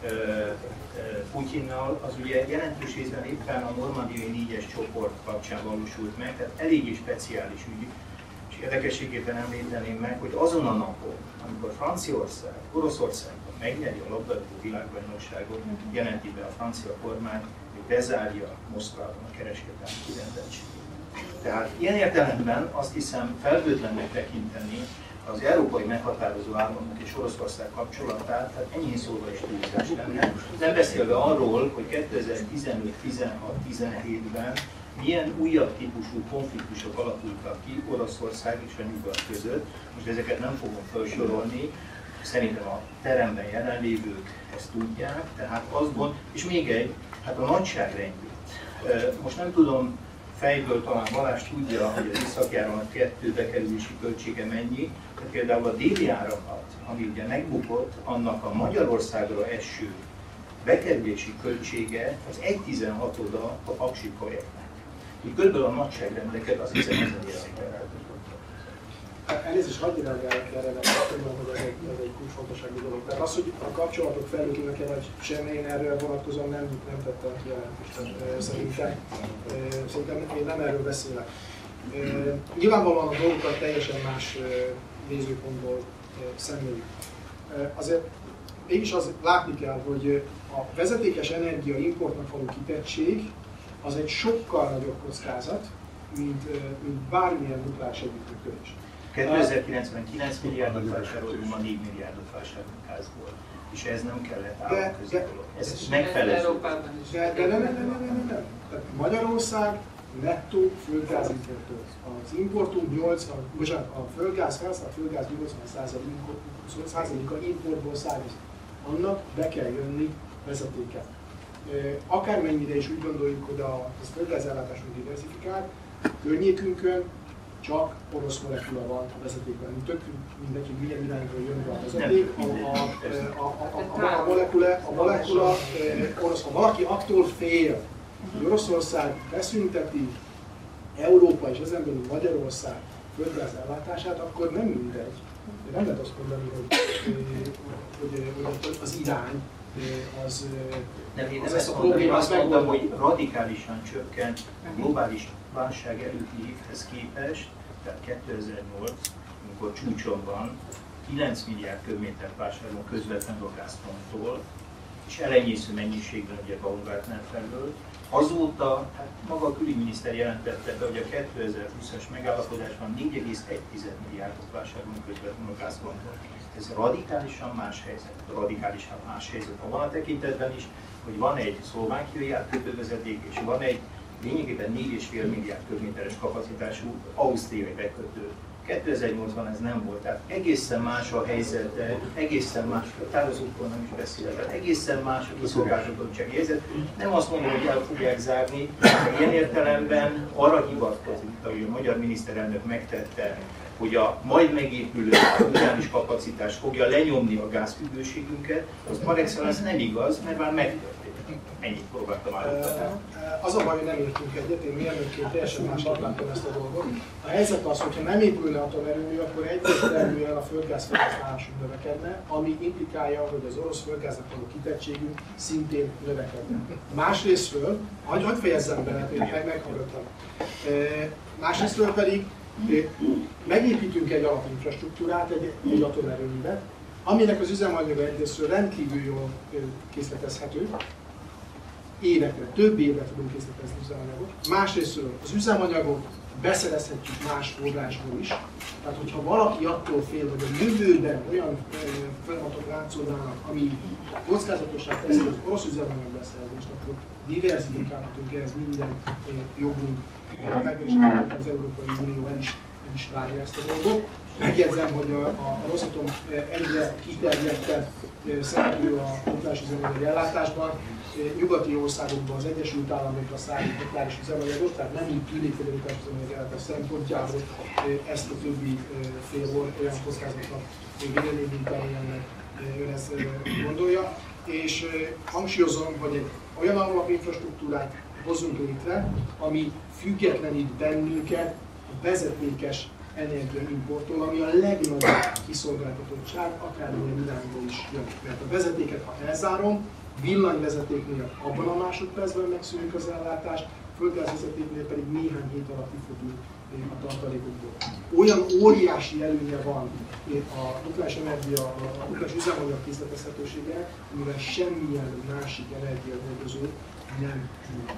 Putyinnal, az ugye jelentős részben éppen a normandiai négyes csoport kapcsán valósult meg, tehát eléggé speciális ügy. És érdekességében említeném meg, hogy azon a napon, amikor Franciaország, Oroszországban megnyeri a labdarúgó világbajnokságot, jelenti be a francia kormány, hogy bezárja Moszkvában a kereskedelmi kirendeltségét. Tehát ilyen értelemben azt hiszem felbőtlennek tekinteni az európai meghatározó államok és Oroszország kapcsolatát, tehát ennyi szóval is túlzás lenne. Nem beszélve arról, hogy kétezer-tizenöt, tizenhat, tizenhétben milyen újabb típusú konfliktusok alakultak ki Oroszország és a nyugat között. Most ezeket nem fogom felsorolni, szerintem a teremben jelenlévők ezt tudják, tehát azt gond, és még egy, hát a nagyságrendjét. Most nem tudom, fejből talán Balázs tudja, hogy az északi áramlat kettő bekerülési költsége mennyi, de például a déli áramlat, ami ugye megbukott, annak a Magyarországra eső bekerülési költsége az egy tizenhatoda a Paksi projektnek. Így körülbelül a nagyságrendeket azt hiszem ezen értékelhető. Elnézést, hagyj reagálják erre, mert azt tudom, hogy ez egy, ez egy kulcsfontosságú dolog. Tehát az, hogy a kapcsolatok fejlődnek-e vagy sem, én erről vonatkozóan nem, nem tettem jelentést. Szerintem, szerintem én nem erről beszélek. Nyilvánvalóan a dolgokat teljesen más nézőpontból szemléljük. Azért mégis az látni kell, hogy a vezetékes energia importnak való kitettség az egy sokkal nagyobb kockázat, mint, mint bármilyen nukleáris együttműködés. kétezer-kilencben kilenc milliárdot vásároltunk, ma négy milliárdot vásárolunk gázból. És ez nem kellett államközi dolog. Ez megfelelő. De, de nem, nem, nem, nem, nem, nem. Tehát Magyarország nettó földgázimportőr. Az importunk nyolcvan, bocsánat, a földgáz felszállt, a földgáz nyolcvan százaléka importból származik. Annak be kell jönni vezetéken. Akármennyire is úgy gondoljuk, hogy a földgázellátásunk diversifikált, környékünkön csak orosz molekula van a vezetékben. Tök mindegy, hogy milyen irányból jön be a vezeték. A, a, a, a, a, a molekula, a molekula orosz, ha valaki attól fél, hogy Oroszország beszünteti Európa és ezen belül Magyarország földgáz ellátását, akkor nem mindegy. Nem lehet azt mondani, hogy, hogy, hogy az irány az, nem, én az nem ezt a mondom, én problémát azt mondtam, megoldja. hogy radikálisan csökken a globális válság előtti évhez képest, tehát kétezer-nyolc, amikor csúcson van, kilenc milliárd köbmétert vásárolunk közvetlenül a Gazpromtól, és elenyésző mennyiségben ugye Baumgartner felől. Azóta, hát maga a külügyminiszter jelentette be, hogy a kétezer-húszas megállapodásban négy egész egy milliárdot vásárolunk közvetlenül a Gazpromtól. Ez radikálisan más helyzet, radikálisan más helyzet. Van a tekintetben is, hogy van egy szlovákiai átkötővezeték, és van egy lényegében négy egész öt milliárd köbméteres kapacitású ausztriai bekötő. kétezer-nyolcban ez nem volt, tehát egészen más a helyzet, egészen más a tározókról nem is beszélve, egészen más a kiszolgáltatottsági helyzet. Nem azt mondom, hogy el fogják zárni, ilyen értelemben arra hivatkozik, ahogy a magyar miniszterelnök megtette, hogy a majd megépülő uránis kapacitás fogja lenyomni a gázfüggőségünket, az par excellence nem igaz, mert már megtörtént. Ennyit próbáltam állítani. Az a baj, hogy nem értünk egyet, én mérnökként teljesen másképp látom ezt a dolgot. A helyzet az, hogyha nem épülne atomerőmű, akkor egyértelműen a földgáz felhasználásunk növekedne, ami implikálja, hogy az orosz földgáznak való kitettségünk szintén növekedne. Másrésztről, hogy, hogy fejezzem be, mert én meg meghallgattam. Másrésztről pedig megépítünk egy alapinfrastruktúrát, egy, egy atomerőművet, aminek az üzemanyaga egyrésztről rendkívül jól készletezhető, évekre, több évre tudunk készletezni üzemanyagot. Másrésztről az üzemanyagot beszerezhetjük más forrásból is. Tehát, hogyha valaki attól fél, hogy a jövőben olyan folyamatok látszódnának, ami kockázatossá teszi az orosz üzemanyag beszerzést, akkor diverzifikálhatunk ehhez minden jogunk. Meg is az Európai Unió el is, el is várja ezt a dolgot. Megjegyzem, hogy a, a Rosatom egyre kiterjedtebb szereplő a nukleáris üzemanyag ellátásban. Nyugati országokban az Egyesült Államokra szállít nukleáris üzemanyagot, tehát nem úgy tűnik, hogy a nukleáris üzemanyag ellátás szempontjából ezt a többi fél olyan kockázatnak védelmi, mint amilyennek ön ezt gondolja. És hangsúlyozom, hogy egy olyan alapinfrastruktúrát hozzunk létre, ami függetlenít bennünket a vezetékes energiaimporttól, ami a legnagyobb kiszolgáltatottság, akármilyen irányból is jön. Mert a vezetéket, ha elzárom, villanyvezetéknél abban a másodpercben megszűnik az ellátás, földgázvezetéknél pedig néhány hét alatt kifotunk a tartalékokból. Olyan óriási előnye van a nukleáris energia, a nukleáris üzemanyag készletezhetőségének, amivel semmilyen másik energiahordozó nem tud.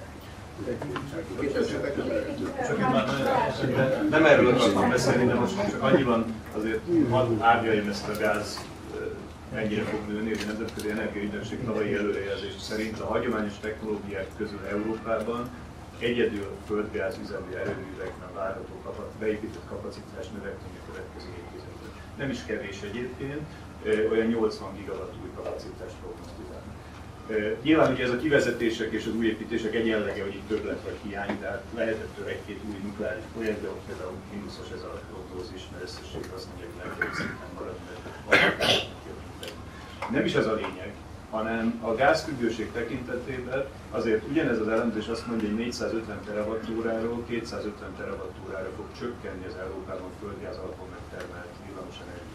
Csak én már nem erről akartam beszélni, de most csak annyiban azért hadd árnyaljam ezt a gáz mennyire fog nőni, hogy a Nemzetközi Energiaügynökség tavalyi előrejelzés szerint a hagyományos technológiák közül Európában egyedül földgáz üzemű erőművekben várható kapac, beépített kapacitás növekmény a következő évtizedben. Nem is kevés egyébként, olyan nyolcvan gigawatt új kapacitást prognosztizálni. Nyilván ugye ez a kivezetések és az új építések egyenlege, hogy itt többlet vagy hiány, tehát lehetett egy-két új nukleáris projekt, de ott például mínuszos ez a prognózis, mert összesség azt mondja, hogy legjobb szinten marad, mert nem is ez a lényeg, hanem a gázfüggőség tekintetében azért ugyanez az elemzés azt mondja, hogy négyszázötven terawattúráról kétszázötven terawattúrára fog csökkenni az Európában földgáz alapon megtermelt villamos energia.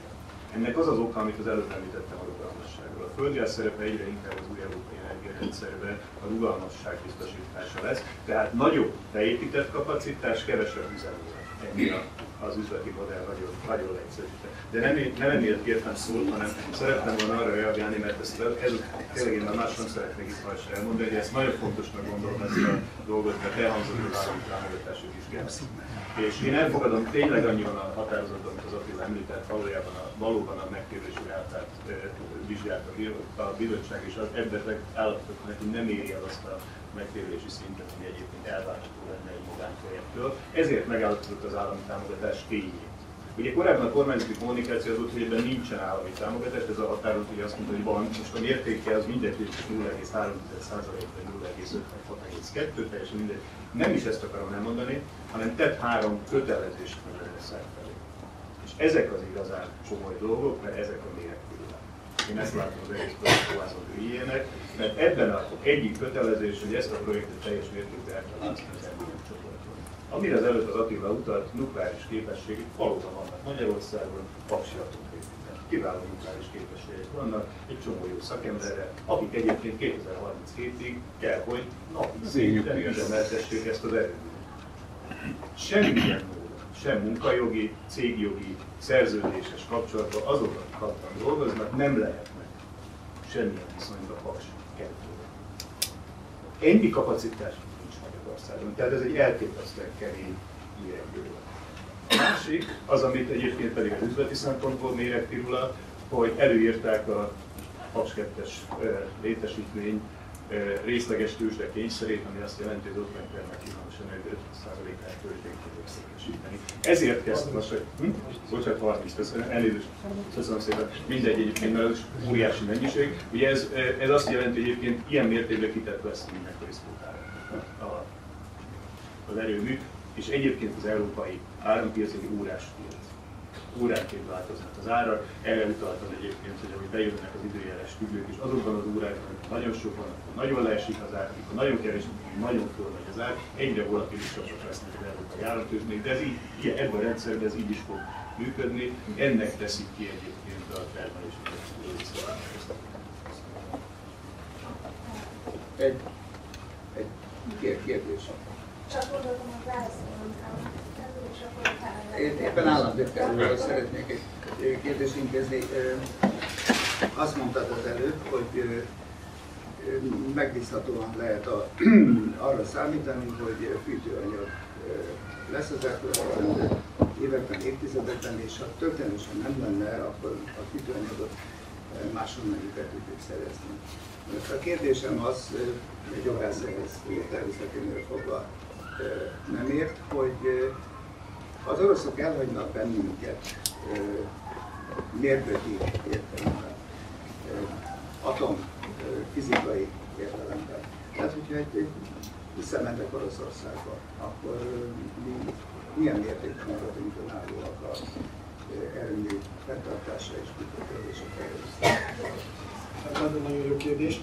Ennek az az oka, amit az előbb említettem a rugalmasságról. A földgáz szerepe egyre inkább az új európai energiarendszerben a rugalmasság biztosítása lesz, tehát nagyobb beépített kapacitás, kevesebb üzemóra. Ennyi az üzleti modell nagyon, nagyon egyszerűen. De nem, nem emiatt kértem szót, hanem szerettem volna arra reagálni, mert ezt ez, tényleg én már más nem szeretnék itt más elmondani, hogy ezt nagyon fontosnak gondolom ezt a dolgot, mert elhangzott az állami támogatási vizsgálat. És én elfogadom tényleg annyiban a határozatot, amit az Attila említett, valójában a, valóban a megtérülési rátát e, vizsgált a, a bizottság, és az ebben állapotoknak, hogy nem éri el azt a megtérülési szintet, ami egyébként elvárható lenne egy magánprojektől. Ezért megállapított az állami támogatás tényét. Ugye korábban a kormányzati kommunikáció az volt, hogy ebben nincsen állami támogatás, ez a határozat ugye azt mondta, hogy van, most a mértéke az mindegy, hogy nulla egész három százalék vagy nulla egész öt vagy hat egész kettő, teljesen mindegy. Nem is ezt akarom elmondani, hanem tett három kötelezést Magyarország felé. És ezek az igazán komoly dolgok, mert ezek a méretkülönbségek. Én ezt látom az egész projektkozások ilyenek, mert ebben az egyik kötelezés, hogy ezt a projektet teljes mértékben el kell látni az emberi csoporton. Amire az előtt az Attila utalt, nukleáris képességek valóban vannak Magyarországon, Paksi atomépítők. Kiváló nukleáris képességek vannak, egy csomó jó szakemberre, akik egyébként kétezer-harminchétig kell, hogy napi szinten üzemeltessék ezt az erőt. Semmilyen módon, sem munkajogi, cégjogi, szerződéses kapcsolatban azokatlan dolgoznak, nem lehetnek semmilyen viszonyban Paks kettőre. Ennyi kapacitás nincs Magyarországon, tehát ez egy elképesztően kemény méregtérület. A másik, az, amit egyébként pedig az üzleti szempontból méregtérület, hogy előírták a Paks kettes létesítmény részleges tőzsde kényszerét, ami azt jelenti, hogy ott meg kellene kívánosan ötven százalékát tőzsdén értékesíteni. Ezért kezdtem azt, hogy hm? bocsánat, harminc, köszönöm, elnézést, köszönöm szépen, mindegy egyébként, mert ez óriási mennyiség. Ugye ez, ez azt jelenti, hogy egyébként ilyen mértékben kitett lesz mindenki részpolgára az erőmű, és egyébként az európai árampiac egy órás piac. Óránként változnak az árak, erre utaltam egyébként, hogy ahogy bejönnek az időjárás függők, és azokban az órákban, amikor nagyon sok van, akkor nagyon leesik az ár, amikor nagyon kevés, akkor nagyon fölmegy az ár, egyre volatilisabbak lesznek az európai áramtőzsdék, de ez így, ilyen, ebben a rendszerben ez így is fog működni, ennek teszik ki egyébként a termelési részét. Egy, egy kérdés. Csak gondolom, hogy válaszolom. Én éppen államtitkárról szeretnék egy kérdést intézni. Azt mondtad az előbb, hogy megbízhatóan lehet a, arra számítani, hogy fűtőanyag lesz az elkövetkező években, évtizedekben, és ha történetesen nem lenne, akkor a fűtőanyagot máshonnan be tudjuk szerezni. A kérdésem az, egy jogászhoz természeténél fogva nem ért, hogy az oroszok elhagynak bennünket mérnöki értelemben, atomfizikai értelemben. Tehát, hogyha egy, visszamentek Oroszországba, akkor mi milyen mértékben maradunk önállóak az erőmű fenntartása és működése fejlesztése? Ez nagyon jó kérdés.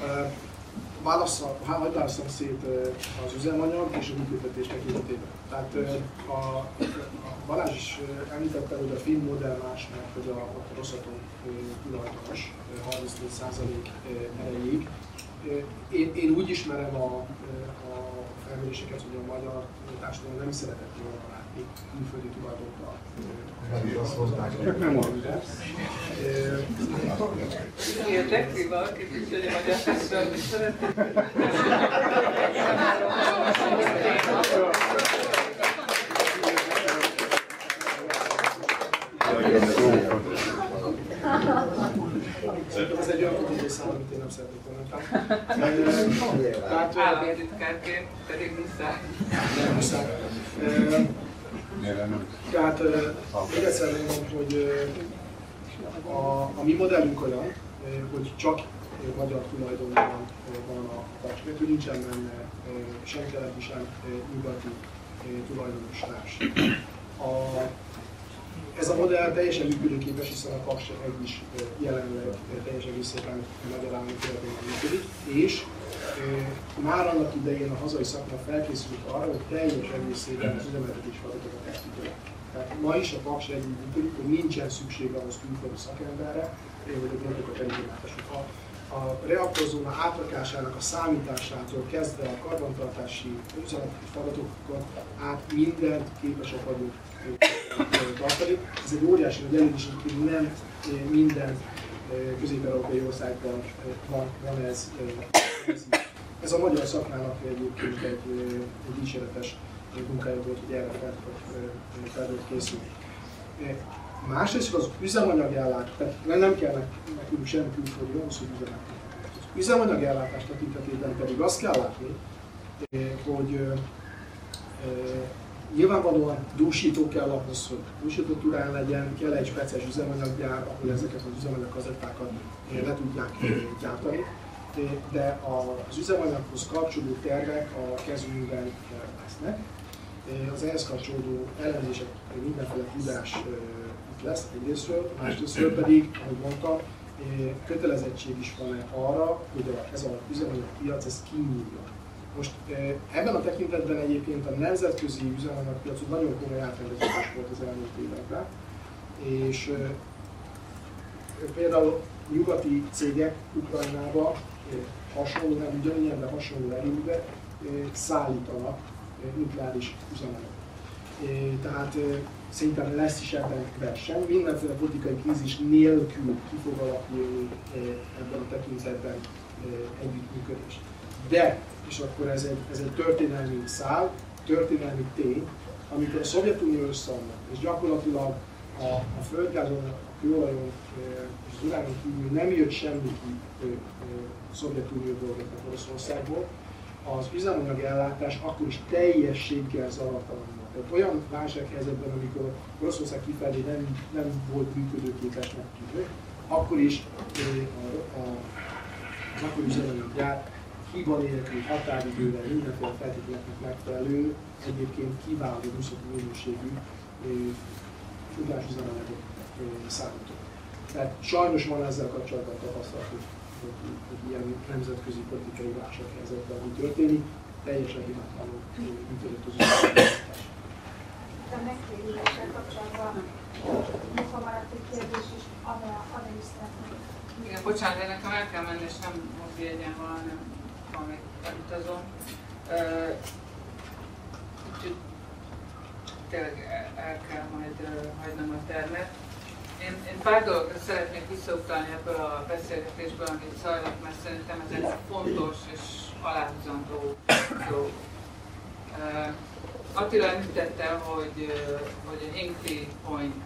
Hadd válaszolom szét az üzemanyag és a működtetés tekintetében. Tehát a, a Balázs is említette, hogy a finn modell más, mert hogy a, a Rosatom tulajdonos harmincnégy százalék erejéig. Én, én úgy ismerem a, a felméréseket, hogy a magyar társadalom nem szeretett volna látni külföldi tulajdonban. Nem mondták. Érdekli valakit, úgyhogy a magyar társadalom is szeretné. Szerintem ez egy olyan kutató szám, amit én nem szeretnék kommentálni. Állami titkárként pedig muszáj. Nem muszáj. Tehát még egyszer mondom, hogy a, a mi modellünk olyan, hogy csak magyar tulajdonban van a Paks, hogy nincsen benne sem keleti, sem nyugati tulajdonos társ. A, Ez a modell teljesen működőképes, hiszen a Paks egy is jelenleg teljes egészében magyar állami tulajdonban működik, és már annak idején a hazai szakma felkészült arra, hogy teljes egészében az üzemeltetés feladatokat el tudja Tehát ma is a Paks egy működik, hogy nincsen szükség ahhoz külföldi szakemberre, hogy a dolgokat elindításuk. A, a reaktorzóna átrakásának a számításától kezdve a karbantartási üzemeti feladatokat át mindent képesek vagyunk tartani. Ez egy óriási nagy előnyös, hogy nem minden közép-európai országban van, van ez, ez. Ez a magyar szakmának egyébként egy, egy dicséretes munkája volt, hogy erre fel tudott készülni. Másrészt az üzemanyagellátás, tehát nem kell nekünk semmi külföldi ahhoz, hogy üzemanyagellátás. Az üzemanyagellátás tekintetében pedig azt kell látni, hogy nyilvánvalóan dúsító kell ahhoz, hogy dúsított urán legyen, kell egy speciális üzemanyaggyár, ahol ezeket az üzemanyagkazettákat le tudják gyártani. De az üzemanyaghoz kapcsolódó tervek a kezünkben lesznek. Az ehhez kapcsolódó elemzések, mindenféle tudás itt lesz egyrésztről, másrésztről pedig, ahogy mondtam, kötelezettség is van arra, hogy ez az üzemanyagpiac ez kinyíljon. Most ebben a tekintetben egyébként a nemzetközi üzemanyagpiacon nagyon komoly átrendezés volt az elmúlt években, és például nyugati cégek Ukrajnába hasonló, nem ugyanilyen, de hasonló erőbe szállítanak nukleáris üzemanyagot. Tehát szerintem lesz is ebben verseny, mindenféle politikai krízis nélkül ki fog alakulni ebben a tekintetben együttműködés. De, és akkor ez egy, ez egy történelmi szál, történelmi tény, amikor a Szovjetunió összeomlott, és gyakorlatilag a, a földgázon, a kőolajon és az uránon kívül nem jött semmi ki a Szovjetunióból vagy Oroszországból, az üzemanyagellátás akkor is teljességgel zavartalan volt. Tehát olyan válsághelyzetben, amikor Oroszország kifelé nem, nem volt működőképesnek tűnő, akkor is a, a, az akkori üzemanyaggyár hiba nélkül, határidővel, mindenféle feltételeknek megfelelő, egyébként kiváló műszaki minőségű tudásüzemanyagot szállított. Tehát sajnos van ezzel kapcsolatban tapasztalat, hogy, hogy, hogy ilyen nemzetközi politikai válsághelyzetben mi történik, teljesen hibátlanul működött az üzemanyagellátás. A megtérüléssel kapcsolatban mikor maradt egy kérdés is, arra is szeretném. Igen, bocsánat, de nekem el kell menni, és nem mozi egyen van, hanem amíg elutazom. Úgyhogy tényleg el kell majd hagynom a termet. Én, én pár dologra szeretnék visszautalni ebből a beszélgetésből, amit zajlott, mert szerintem ez egy fontos és aláhúzandó dolog. Attila említette, hogy, hogy a Hinkley Point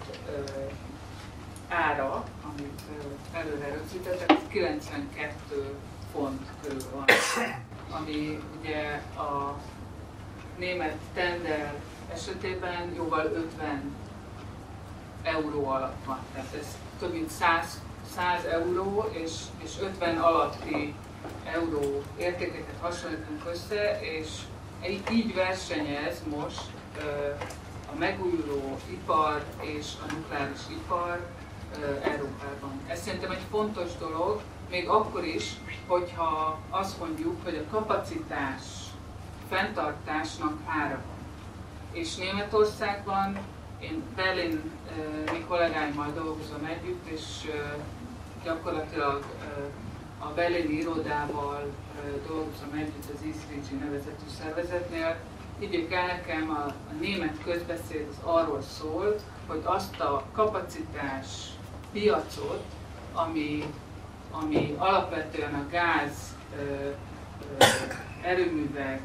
ára, amit előre rögzítettek, az kilencvenkettő font körül van, ami ugye a német tender esetében jóval ötven euró alatt van. Tehát ez több mint száz euró és, és ötven alatti euró értékeket hasonlítunk össze, és így versenyez most a megújuló ipar és a nukleáris ipar Európában. Ez szerintem egy fontos dolog, még akkor is, hogyha azt mondjuk, hogy a kapacitás fenntartásnak ára van. És Németországban én Berlin mi kollégáimmal dolgozom együtt, és gyakorlatilag a berlini irodával dolgozom együtt az E S V G nevezetű szervezetnél. Higgyék el nekem, a, a német közbeszéd az arról szól, hogy azt a kapacitás piacot, ami, ami alapvetően a gáz ö, ö, erőműveket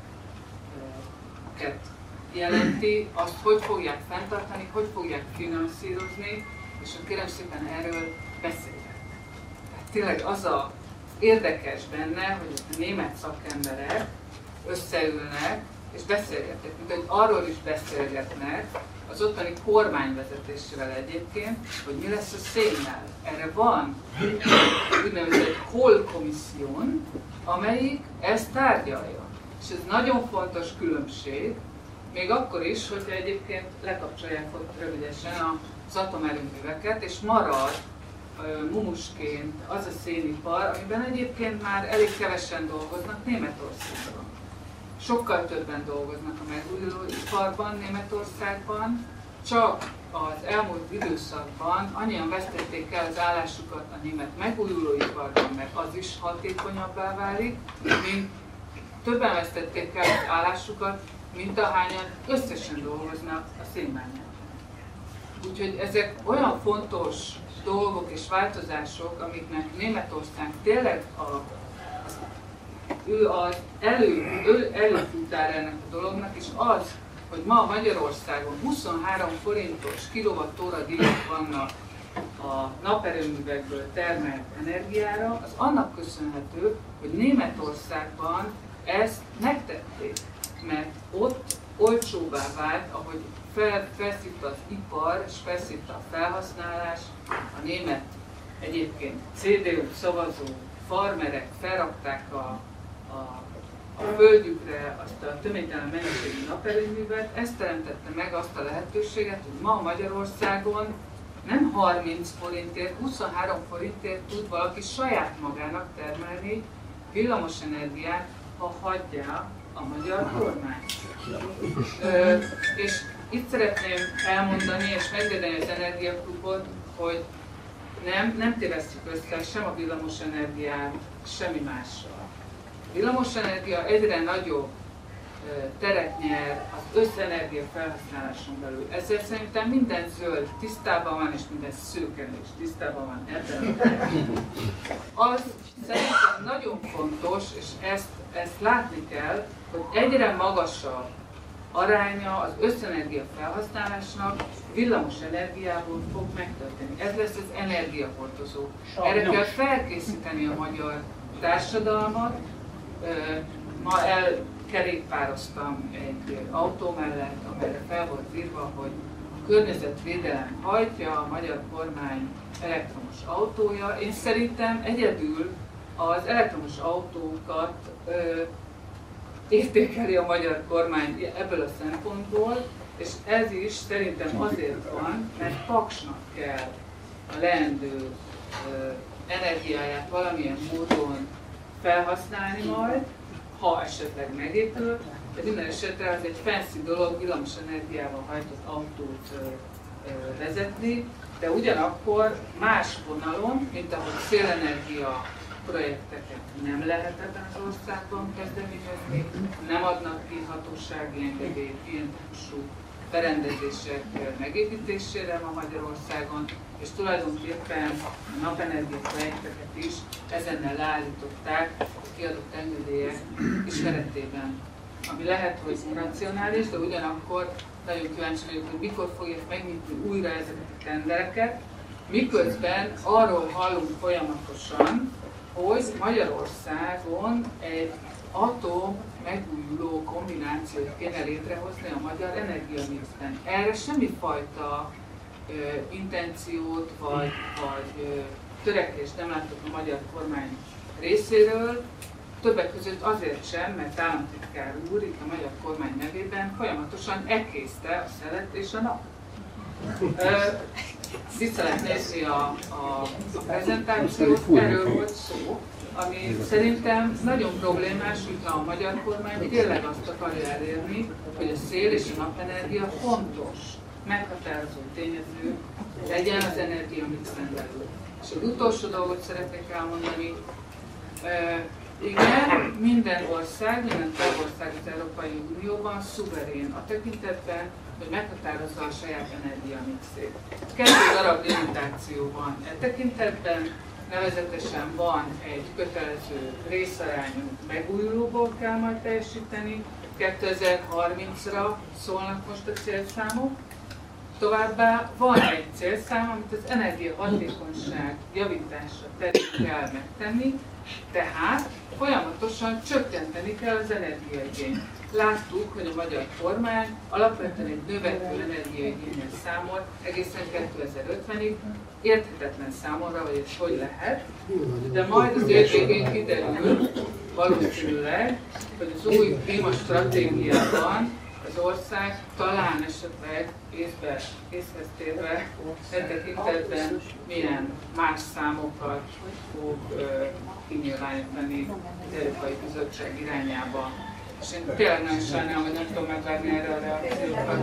jelenti, azt hogy fogják fenntartani, hogy fogják finanszírozni, és kérem szépen erről beszélgetni. Tehát tényleg az a érdekes benne, hogy a német szakemberek összeülnek és beszélgetnek, mint hogy arról is beszélgetnek az ottani kormányvezetésével egyébként, hogy mi lesz a szénnel. Erre van úgynevezett Kohl Kommission, amelyik ezt tárgyalja. És ez nagyon fontos különbség, még akkor is, hogyha egyébként lekapcsolják ott rövidesen az atomerőműveket, és marad mumusként az a szénipar, amiben egyébként már elég kevesen dolgoznak Németországban. Sokkal többen dolgoznak a megújuló iparban Németországban, csak az elmúlt időszakban annyian vesztették el az állásukat a német megújulóiparban, mert az is hatékonyabbá válik, mint többen vesztették el az állásukat, mint ahányan összesen dolgoznak a szénbányában. Úgyhogy ezek olyan fontos dolgok és változások, amiknek Németország tényleg a, ő az elő, ő előfutár ennek a dolognak, és az, hogy ma Magyarországon huszonhárom forintos kilovattóra díjak vannak a naperőművekből termelt energiára, az annak köszönhető, hogy Németországban ezt megtették, mert ott olcsóbbá vált, ahogy fel, felszitta az ipar, és felszitta a felhasználás, a német egyébként cé dé u szavazó farmerek felrakták a, a a földjükre azt a töménytelen mennyiségű naperőművet, ez teremtette meg azt a lehetőséget, hogy ma Magyarországon nem harminc forintért, huszonhárom forintért tud valaki saját magának termelni villamosenergiát, ha hagyja a magyar kormány. Ö, és itt szeretném elmondani és megvédeni az Energiaklubot, hogy nem, nem tévesztjük össze sem a villamosenergiát, semmi mással. A villamosenergia egyre nagyobb teret nyer az összenergia felhasználáson belül. Ezzel szerintem minden zöld tisztában van, és minden szőke is tisztában van ebben. Az szerintem nagyon fontos, és ezt, ezt látni kell, hogy egyre magasabb aránya az összenergia felhasználásnak villamos energiából fog megtörténni. Ez lesz az energiahordozó. Erre kell felkészíteni a magyar társadalmat. Ma elkerékpároztam egy autó mellett, amelyre fel volt írva, hogy a környezetvédelem hajtja a magyar kormány elektromos autója. Én szerintem egyedül az elektromos autókat ö, értékeli a magyar kormány ebből a szempontból, és ez is szerintem azért van, mert Paksnak kell a leendő ö, energiáját valamilyen módon felhasználni majd, ha esetleg megépül, de minden esetre ez egy fancy dolog villamos energiával hajtott autót ö, ö, vezetni, de ugyanakkor más vonalon, mint ahogy szélenergia projekteket nem lehet ebben az országban kezdeményezni, nem adnak ki hatósági engedélyt ilyen típusú berendezések megépítésére ma Magyarországon, és tulajdonképpen a napenergia projekteket is ezennel leállították a kiadott engedélyek ismeretében. Ami lehet, hogy racionális, de ugyanakkor nagyon kíváncsi vagyok, hogy mikor fogják megnyitni újra ezeket a tendereket, miközben arról hallunk folyamatosan, hogy Magyarországon egy atom megújuló kombinációt kéne létrehozni a magyar energiamixben. Erre semmifajta ö, intenciót vagy, vagy ö, törekvést nem látok a magyar kormány részéről, többek között azért sem, mert államtitkár úr itt a magyar kormány nevében folyamatosan ekészte a szelet és a nap. Vissza lehet nézni a, a, a prezentációt, erről volt szó, ami szerintem nagyon problémás, hogyha a magyar kormány tényleg azt akarja elérni, hogy a szél és a napenergia fontos, meghatározó tényező legyen az energiamixen belül. És az utolsó dolgot szeretnék elmondani, e, igen, minden ország, minden tagország az Európai Unióban szuverén a tekintetben, hogy meghatározza a saját energiamixét. Kettő darab limitáció van e tekintetben, nevezetesen van egy kötelező részarányú megújulóból kell majd teljesíteni, kétezer-harmincra szólnak most a célszámok. Továbbá van egy célszám, amit az energiahatékonyság javítása terén kell megtenni, tehát folyamatosan csökkenteni kell az energiaigényt. Láttuk, hogy a magyar kormány alapvetően egy növekvő energiaigényel számolt egészen kétezer-ötvenig. Érthetetlen számomra, hogy ez hogy lehet, de majd az év végén kiderül valószínűleg, hogy az új klímastratégiában az ország talán esetleg észbe, észhez térve e tekintetben milyen más számokat fog uh, kinyilvánítani az Európai Bizottság irányába. És én tényleg nagyon sajnálom, hogy nem tudom megvárni erre a reakciókat.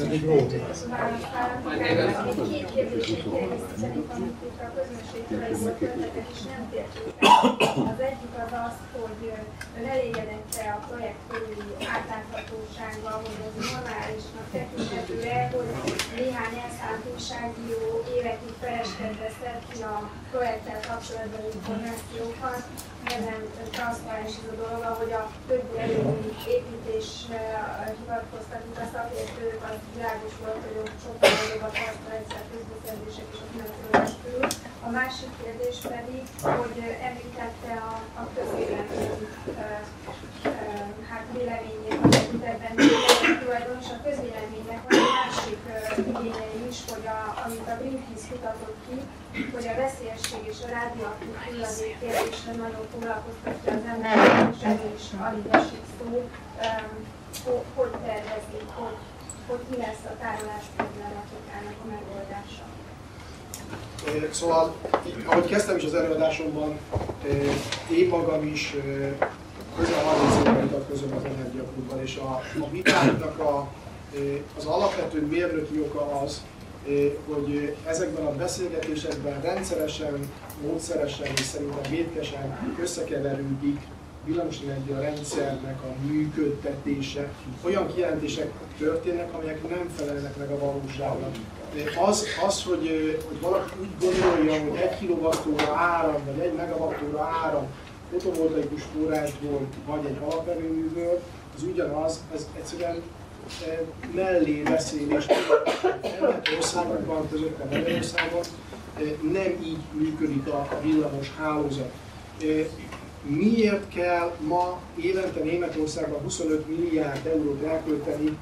Majd még az... Két kérdését kiegészíteni, amit itt a közönségtől is ötletek is nem tértünk. Az egyik az az, hogy ön elégedette a projekt körüli átláthatósággal, hogy az normálisnak tekinthető-e, hogy néhány elszánt újságíró évekig pereskedve szed ki a projekttel kapcsolatban információkat. Ezen transzparens ez a dolog, ahogy a többi előbbi építésre hivatkoztak itt a szakértők, az világos volt, hogy ott sokkal nagyobb a transzparencia, a közbeszerzések és a finanszírozás körül. A másik kérdés pedig, hogy említette a, a közvélemény hát véleményét a tekintetben, tulajdonos a közvéleménynek van egy másik igényei is, hogy a, amit a Greenpeace kutatott ki, hogy a veszélyesség és a rádióaktív hulladék kérdésre nagyon foglalkoztatja az embereket, és erről is alig esik szó, um, hogy tervezik, hogy, hogy mi lesz a tárolás problematikának a megoldása. Szóval, ahogy kezdtem is az előadásomban, én magam is közel harminc éve mutatkozom az Energiaklubban, és a, a vitáknak a, az alapvető mérnöki oka az, hogy ezekben a beszélgetésekben rendszeresen, módszeresen és szerintem vétkesen összekeverődik villamosenergia rendszernek a működtetése. Olyan kijelentések történnek, amelyek nem felelnek meg a valóságnak. Az, az hogy, hogy valaki úgy gondolja, hogy egy kilovattóra áram, vagy egy megawattóra áram fotovoltaikus forrásból, vagy egy alaperőműből, az ugyanaz, ez egyszerűen mellé beszélés. Ennek országokban, közötte Magyarországon nem így működik a villamos hálózat. Miért kell ma évente Németországban huszonöt milliárd eurót elkölteni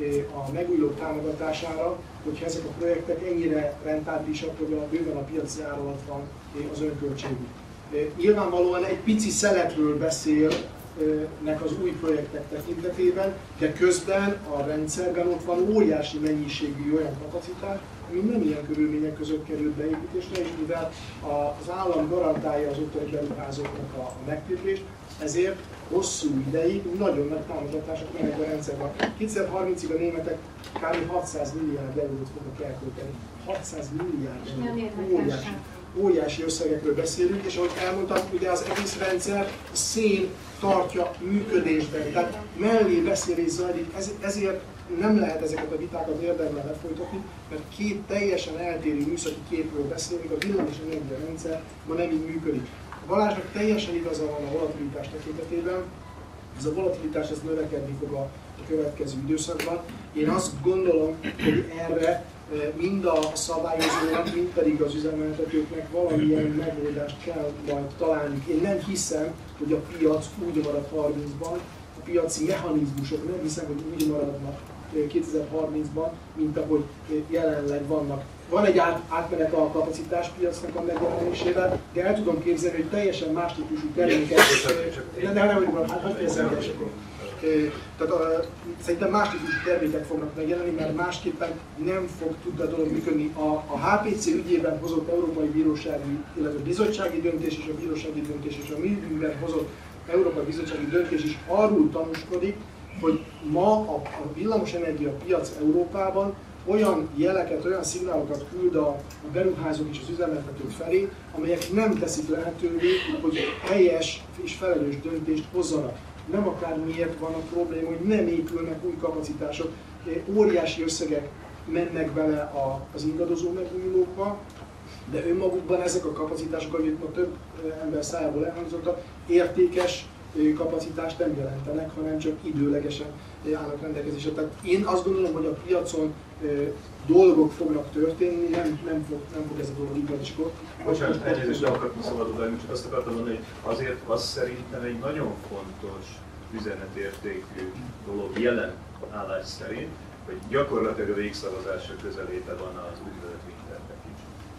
a megújulók támogatására, hogyha ezek a projektek ennyire rentábilisak, hogy a bőven a piaci ár alatt van az önköltségük. Nyilvánvalóan egy pici szeletről beszélnek az új projektek tekintetében, de közben a rendszerben ott van óriási mennyiségű olyan kapacitás, ami nem ilyen körülmények között került beépítésre, és mivel az állam garantálja az ottani beruházóknak a megtérülést, ezért hosszú ideig nagyon nagy támogatások mennek a rendszerben. kétezer-harmincig a németek kb. hatszáz milliárd eurót fognak elkölteni. hatszáz milliárd euró. Óriási, óriási összegekről beszélünk, és ahogy elmondtam, ugye az egész rendszer a szén tartja működésben, tehát mellé beszélés zajlik, ez, ezért nem lehet ezeket a vitákat érdemben lefolytatni, mert két teljesen eltérő műszaki képről beszélünk, a villamos energia rendszer ma nem így működik. Balázsnak teljesen igaza van a volatilitás tekintetében, ez a volatilitás ez növekedni fog a, a következő időszakban. Én azt gondolom, hogy erre mind a szabályozónak, mind pedig az üzemeltetőknek valamilyen megoldást kell majd találni. Én nem hiszem, hogy a piac úgy marad harmincban, a piaci mechanizmusok nem hiszem, hogy úgy maradnak kétezer-harmincban, mint ahogy jelenleg vannak. Van egy át, átmenet a kapacitáspiacnak a megjelenésével, de el tudom képzelni, hogy teljesen más típusú terméket... Nem, nem, nem, nem, hát hogy fejezem ki esetleg. Tehát a, szerintem más típusú termékek fognak megjelenni, mert másképpen nem fog tudni a dolog működni. A, a há pé cé ügyében hozott Európai Bírósági, illetve Bizottsági döntés és a Bírósági döntés és a mi ügyünkben hozott Európai Bizottsági döntés is arról tanúskodik, hogy ma a, a villamosenergia piac Európában olyan jeleket, olyan szignálokat küld a, a beruházók és az üzemeltetők felé, amelyek nem teszik lehetővé, hogy helyes és felelős döntést hozzanak. Nem akármiért van a probléma, hogy nem épülnek új kapacitások, óriási összegek mennek bele a, az ingadozó megújulókba, de önmagukban ezek a kapacitások, amit ma több ember szájából elhangzottak, értékes kapacitást nem jelentenek, hanem csak időlegesen állnak rendelkezésre. Tehát én azt gondolom, hogy a piacon dolgok fognak történni, nem, nem, fog, nem fog ez a dolog igaz. Bocsánat, elnézést, de akartam szabadulni, csak azt akartam mondani, hogy azért az szerintem egy nagyon fontos üzenetértékű dolog jelen állás szerint, hogy gyakorlatilag a végszavazásra közeléte van az úgynevezett Winter Package.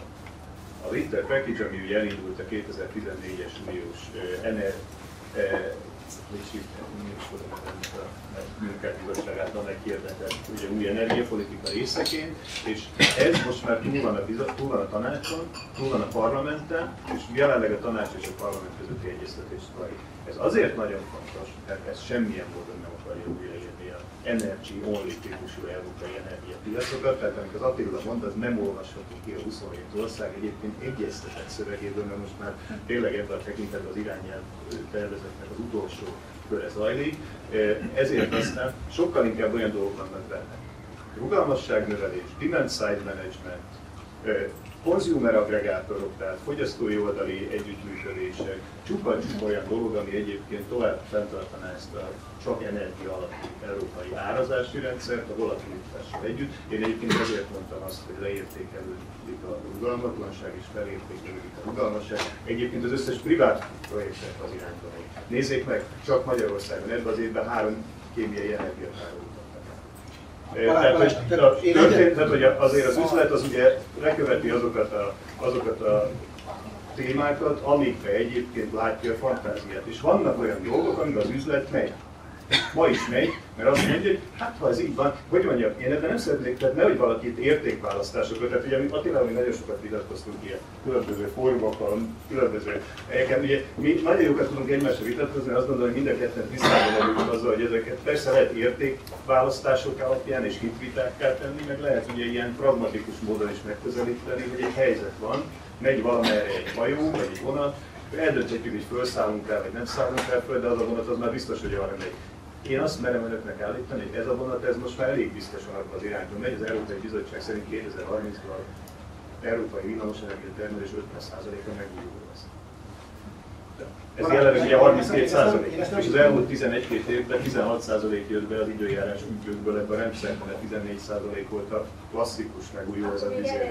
A Winter Package, ami ugye elindult a kétezer-tizennégyes uniós ener, és ennek a munkábizottság által meghirdetett ugye új energiapolitika részeként, és ez most már túl van a, bizot, túl van a tanácson, túl van a parlamenten, és jelenleg a tanács és a parlament közötti egyeztetés zajlik. Ez azért nagyon fontos, mert ez semmilyen módon nem akarja újraírni a energy only típusú európai energiapiacokat, tehát amikor az Attila mond, az nem olvasható ki a huszonhét ország egyébként egyeztetett szövegéből, mert most már tényleg ebben a tekintetben az irányelv tervezetnek az utolsó köre zajlik, ezért aztán sokkal inkább olyan dolgok vannak benne. Rugalmasságnövelés, demand side management, consumer aggregátorok, tehát fogyasztói oldali együttműködések, csupa-csupa olyan dolog, ami egyébként tovább fenntartaná ezt a csak energia alapú európai árazási rendszert, a volatilitással együtt. Én egyébként ezért mondtam azt, hogy leértékelődik a rugalmatlanság és felértékelődik a rugalmasság. Egyébként az összes privát projektet az irányban megy. Nézzék meg, csak Magyarországon ebben az évben három kémiai energiatárolót. Tehát, hogy, történt, tehát, hogy azért az üzlet az ugye leköveti azokat a, azokat a témákat, amikre egyébként látja a fantáziát. És vannak olyan dolgok, amiben az üzlet megy. Ma is megy, mert azt mondja, hogy hát ha ez így van, hogy mondjam, én ebben nem szeretnék, tehát nehogy valakit értékválasztásokat, tehát ugye Attilával mi nagyon sokat vitatkoztunk ilyen különböző fórumokon, különböző helyeken, ugye mi nagyon jókat tudunk egymásra vitatkozni, azt gondolom, hogy minden ketten tisztában vagyunk azzal, hogy ezeket persze lehet értékválasztások alapján és hitvitákká tenni, meg lehet ugye ilyen pragmatikus módon is megközelíteni, hogy egy helyzet van, megy valamerre egy hajó, vagy egy vonat, eldönthetjük, hogy felszállunk rá, vagy nem szállunk rá föl, de az a vonat az már biztos, hogy arra megy. Én azt merem önöknek állítani, hogy ez a vonat ez most már elég biztosan abban az irányban megy. Az Európai Bizottság szerint kétezer-harmincban az európai villamosenergia termelés ötven százaléka megújuló lesz. Ez jelenleg ugye harminckét százalék, és az elmúlt tizenegy-két évben tizenhat százalék jött be az időjárás ügyekből ebben a rendszerben, mert tizennégy százalék volt a klasszikus megújuló, ez a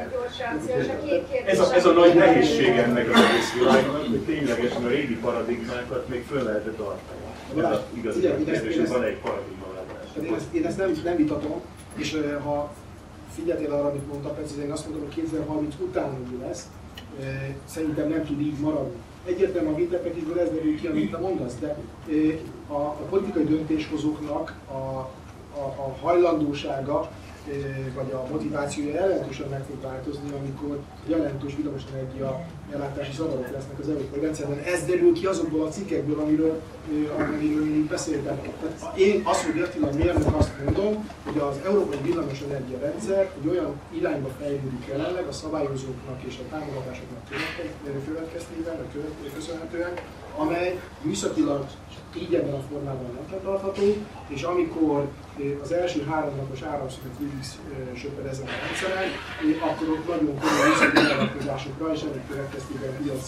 ez a, ez a nagy nehézség ennek az egész világnak, hogy ténylegesen a régi paradigmákat még föl lehetett tartani. Ez az igazi kérdés, hogy van egy paradigmaváltás. Én ezt, én ezt nem, nem vitatom, és uh, ha figyeltél arra, amit mondtam, persze én azt mondom, hogy kétezer-harminc után mi lesz, uh, szerintem nem tud így maradni. Egyértelműen a Winterpekisből ez derül ki, amit te mondasz, de uh, a, a politikai döntéshozóknak a, a, a hajlandósága vagy a motivációja jelentősen meg fog változni, amikor jelentős villamosenergia ellátási zavarok lesznek az európai rendszerben. Ez derül ki azokból a cikkekből, amiről, amiről én beszéltem. Tehát én azt, hogy Attila mérnök azt mondom, hogy az európai villamosenergia rendszer egy olyan irányba fejlődik jelenleg a szabályozóknak és a támogatásoknak következtében, vagy köszönhetően, amely műszakilag így ebben a formában nem fenntartható, és amikor az első három napos áramszünet végig söpör ezen a rendszeren, akkor ott nagyon komoly műszaki vállalkozásokra és ennek következtében piaci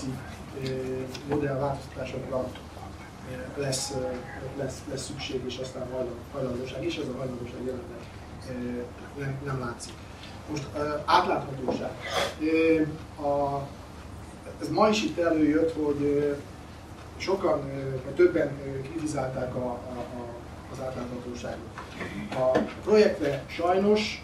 modellváltoztatásokra lesz, lesz, lesz szükség, és aztán hajlandóság, és ez a hajlandóság jelenleg nem, nem látszik. Most átláthatóság. A, ez ma is itt előjött, hogy sokan, többen kritizálták a, a, a, az átláthatóságot. A projektre sajnos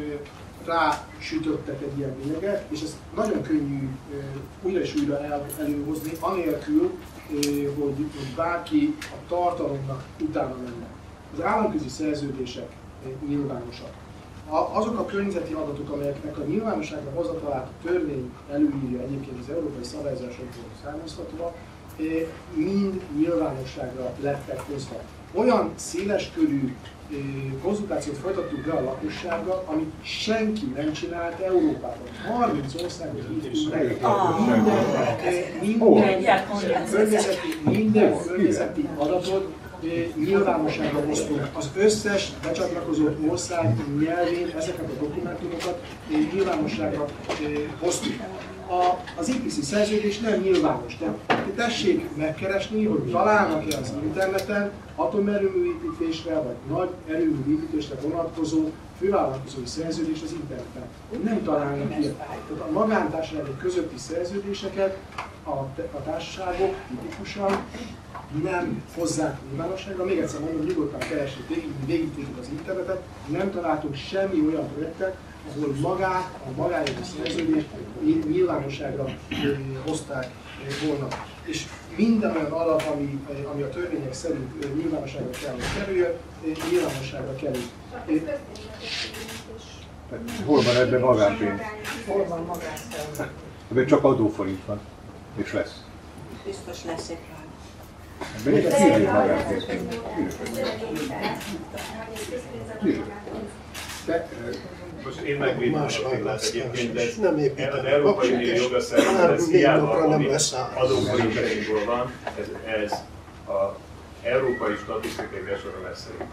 rásütöttek egy ilyen lényeget, és ez nagyon könnyű újra és újra el, előhozni, anélkül, hogy, hogy bárki a tartalomnak utána menne. Az államközi szerződések nyilvánosak. A, azok a környezeti adatok, amelyeknek a nyilvánosságra hozatalát a törvény előírja egyébként az európai szabályozásokból származtatva, mind nyilvánosságra lettek hozva. Olyan széleskörű konzultációt folytattuk be a lakossággal, amit senki nem csinált Európában. harminc országot hívtunk meg. Minden környezeti adatot nyilvánosságra hoztunk. Az összes becsatlakozott ország nyelvén ezeket a dokumentumokat nyilvánosságra hoztuk. A, az i pé cé szerződés nem nyilvános. Tehát tessék megkeresni, hogy találnak-e az interneten atomerőműépítésre vagy nagy erőműépítésre vonatkozó fővállalkozói szerződés az interneten. Nem találnak ilyet. Tehát a magántársaságok közötti szerződéseket a, a társaságok tipikusan nem hozzák nyilvánosságra. Még egyszer mondom, nyugodtan keressék végig, végigtékük az internetet, nem találtunk semmi olyan projektet, ahol magát, a magájogi szerződést nyilvánosságra hozták volna. És minden olyan alap, ami, ami a törvények szerint nyilvánosságra kell, hogy kerüljön, nyilvánosságra kerül. Hol van ebben magánpénz? Hol van magánpénz? Ebben csak adóforint van, és lesz. Biztos lesz egy rá. Ebben egy kívül magánpénz. De, most én megvédem a Attillát egyébként, de nem az Európai Unió joga szerint ez hiába, ami adóforintainkból van, ez, ez az európai statisztikai besorolás szerint.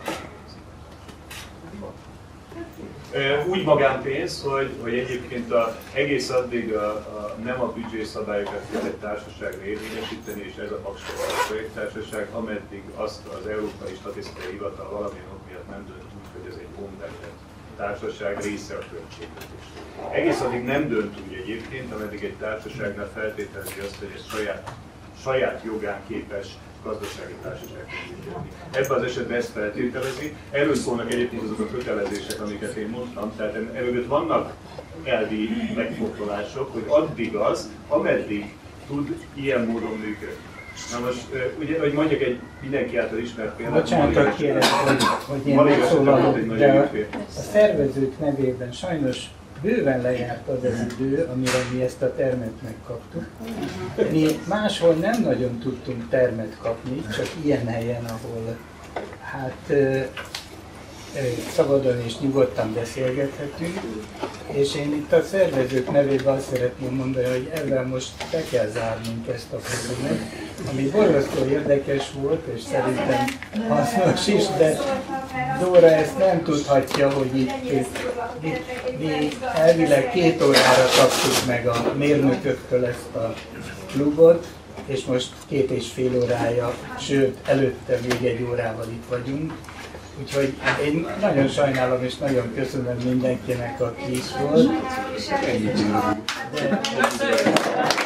Úgy magánpénz, hogy, hogy egyébként a, egész addig a, a, nem a büdzsés szabályokat kell egy társaságra érvényesíteni, és ez a Paksor a projekttársaság, ameddig azt az Európai Statisztikai Hivatal valamilyen ok miatt nem dönt úgy, hogy ez egy bontágett társaság része a költségvetés. Egész addig nem dönt úgy egyébként, ameddig egy társaságnál feltételezi azt, hogy ez saját, saját jogán képes gazdasági társaságként működni. Ebben az esetben ezt feltételezi. Erről szólnak egyébként azok a kötelezések, amiket én mondtam, tehát emögött vannak elvi megfontolások, hogy addig az, ameddig tud ilyen módon működni. Na most, ugye, hogy mondjak egy mindenki által ismert példát. Bocsánatot kérek, hogy, hogy én megszólalok, de a, a szervezők nevében sajnos bőven lejárt az az idő, amire mi ezt a termet megkaptuk. Mi máshol nem nagyon tudtunk termet kapni, csak ilyen helyen, ahol hát szabadon és nyugodtan beszélgethetünk. És én itt a szervezők nevében azt szeretném mondani, hogy ezzel most be kell zárnunk ezt a problémát, ami borzasztó érdekes volt, és szerintem hasznos is, de Dóra ezt nem tudhatja, hogy itt, itt mi elvileg két órára kaptuk meg a mérnököktől ezt a klubot, és most két és fél órája, sőt előtte még egy órával itt vagyunk. Úgyhogy én nagyon sajnálom és nagyon köszönöm mindenkinek, aki itt volt. De...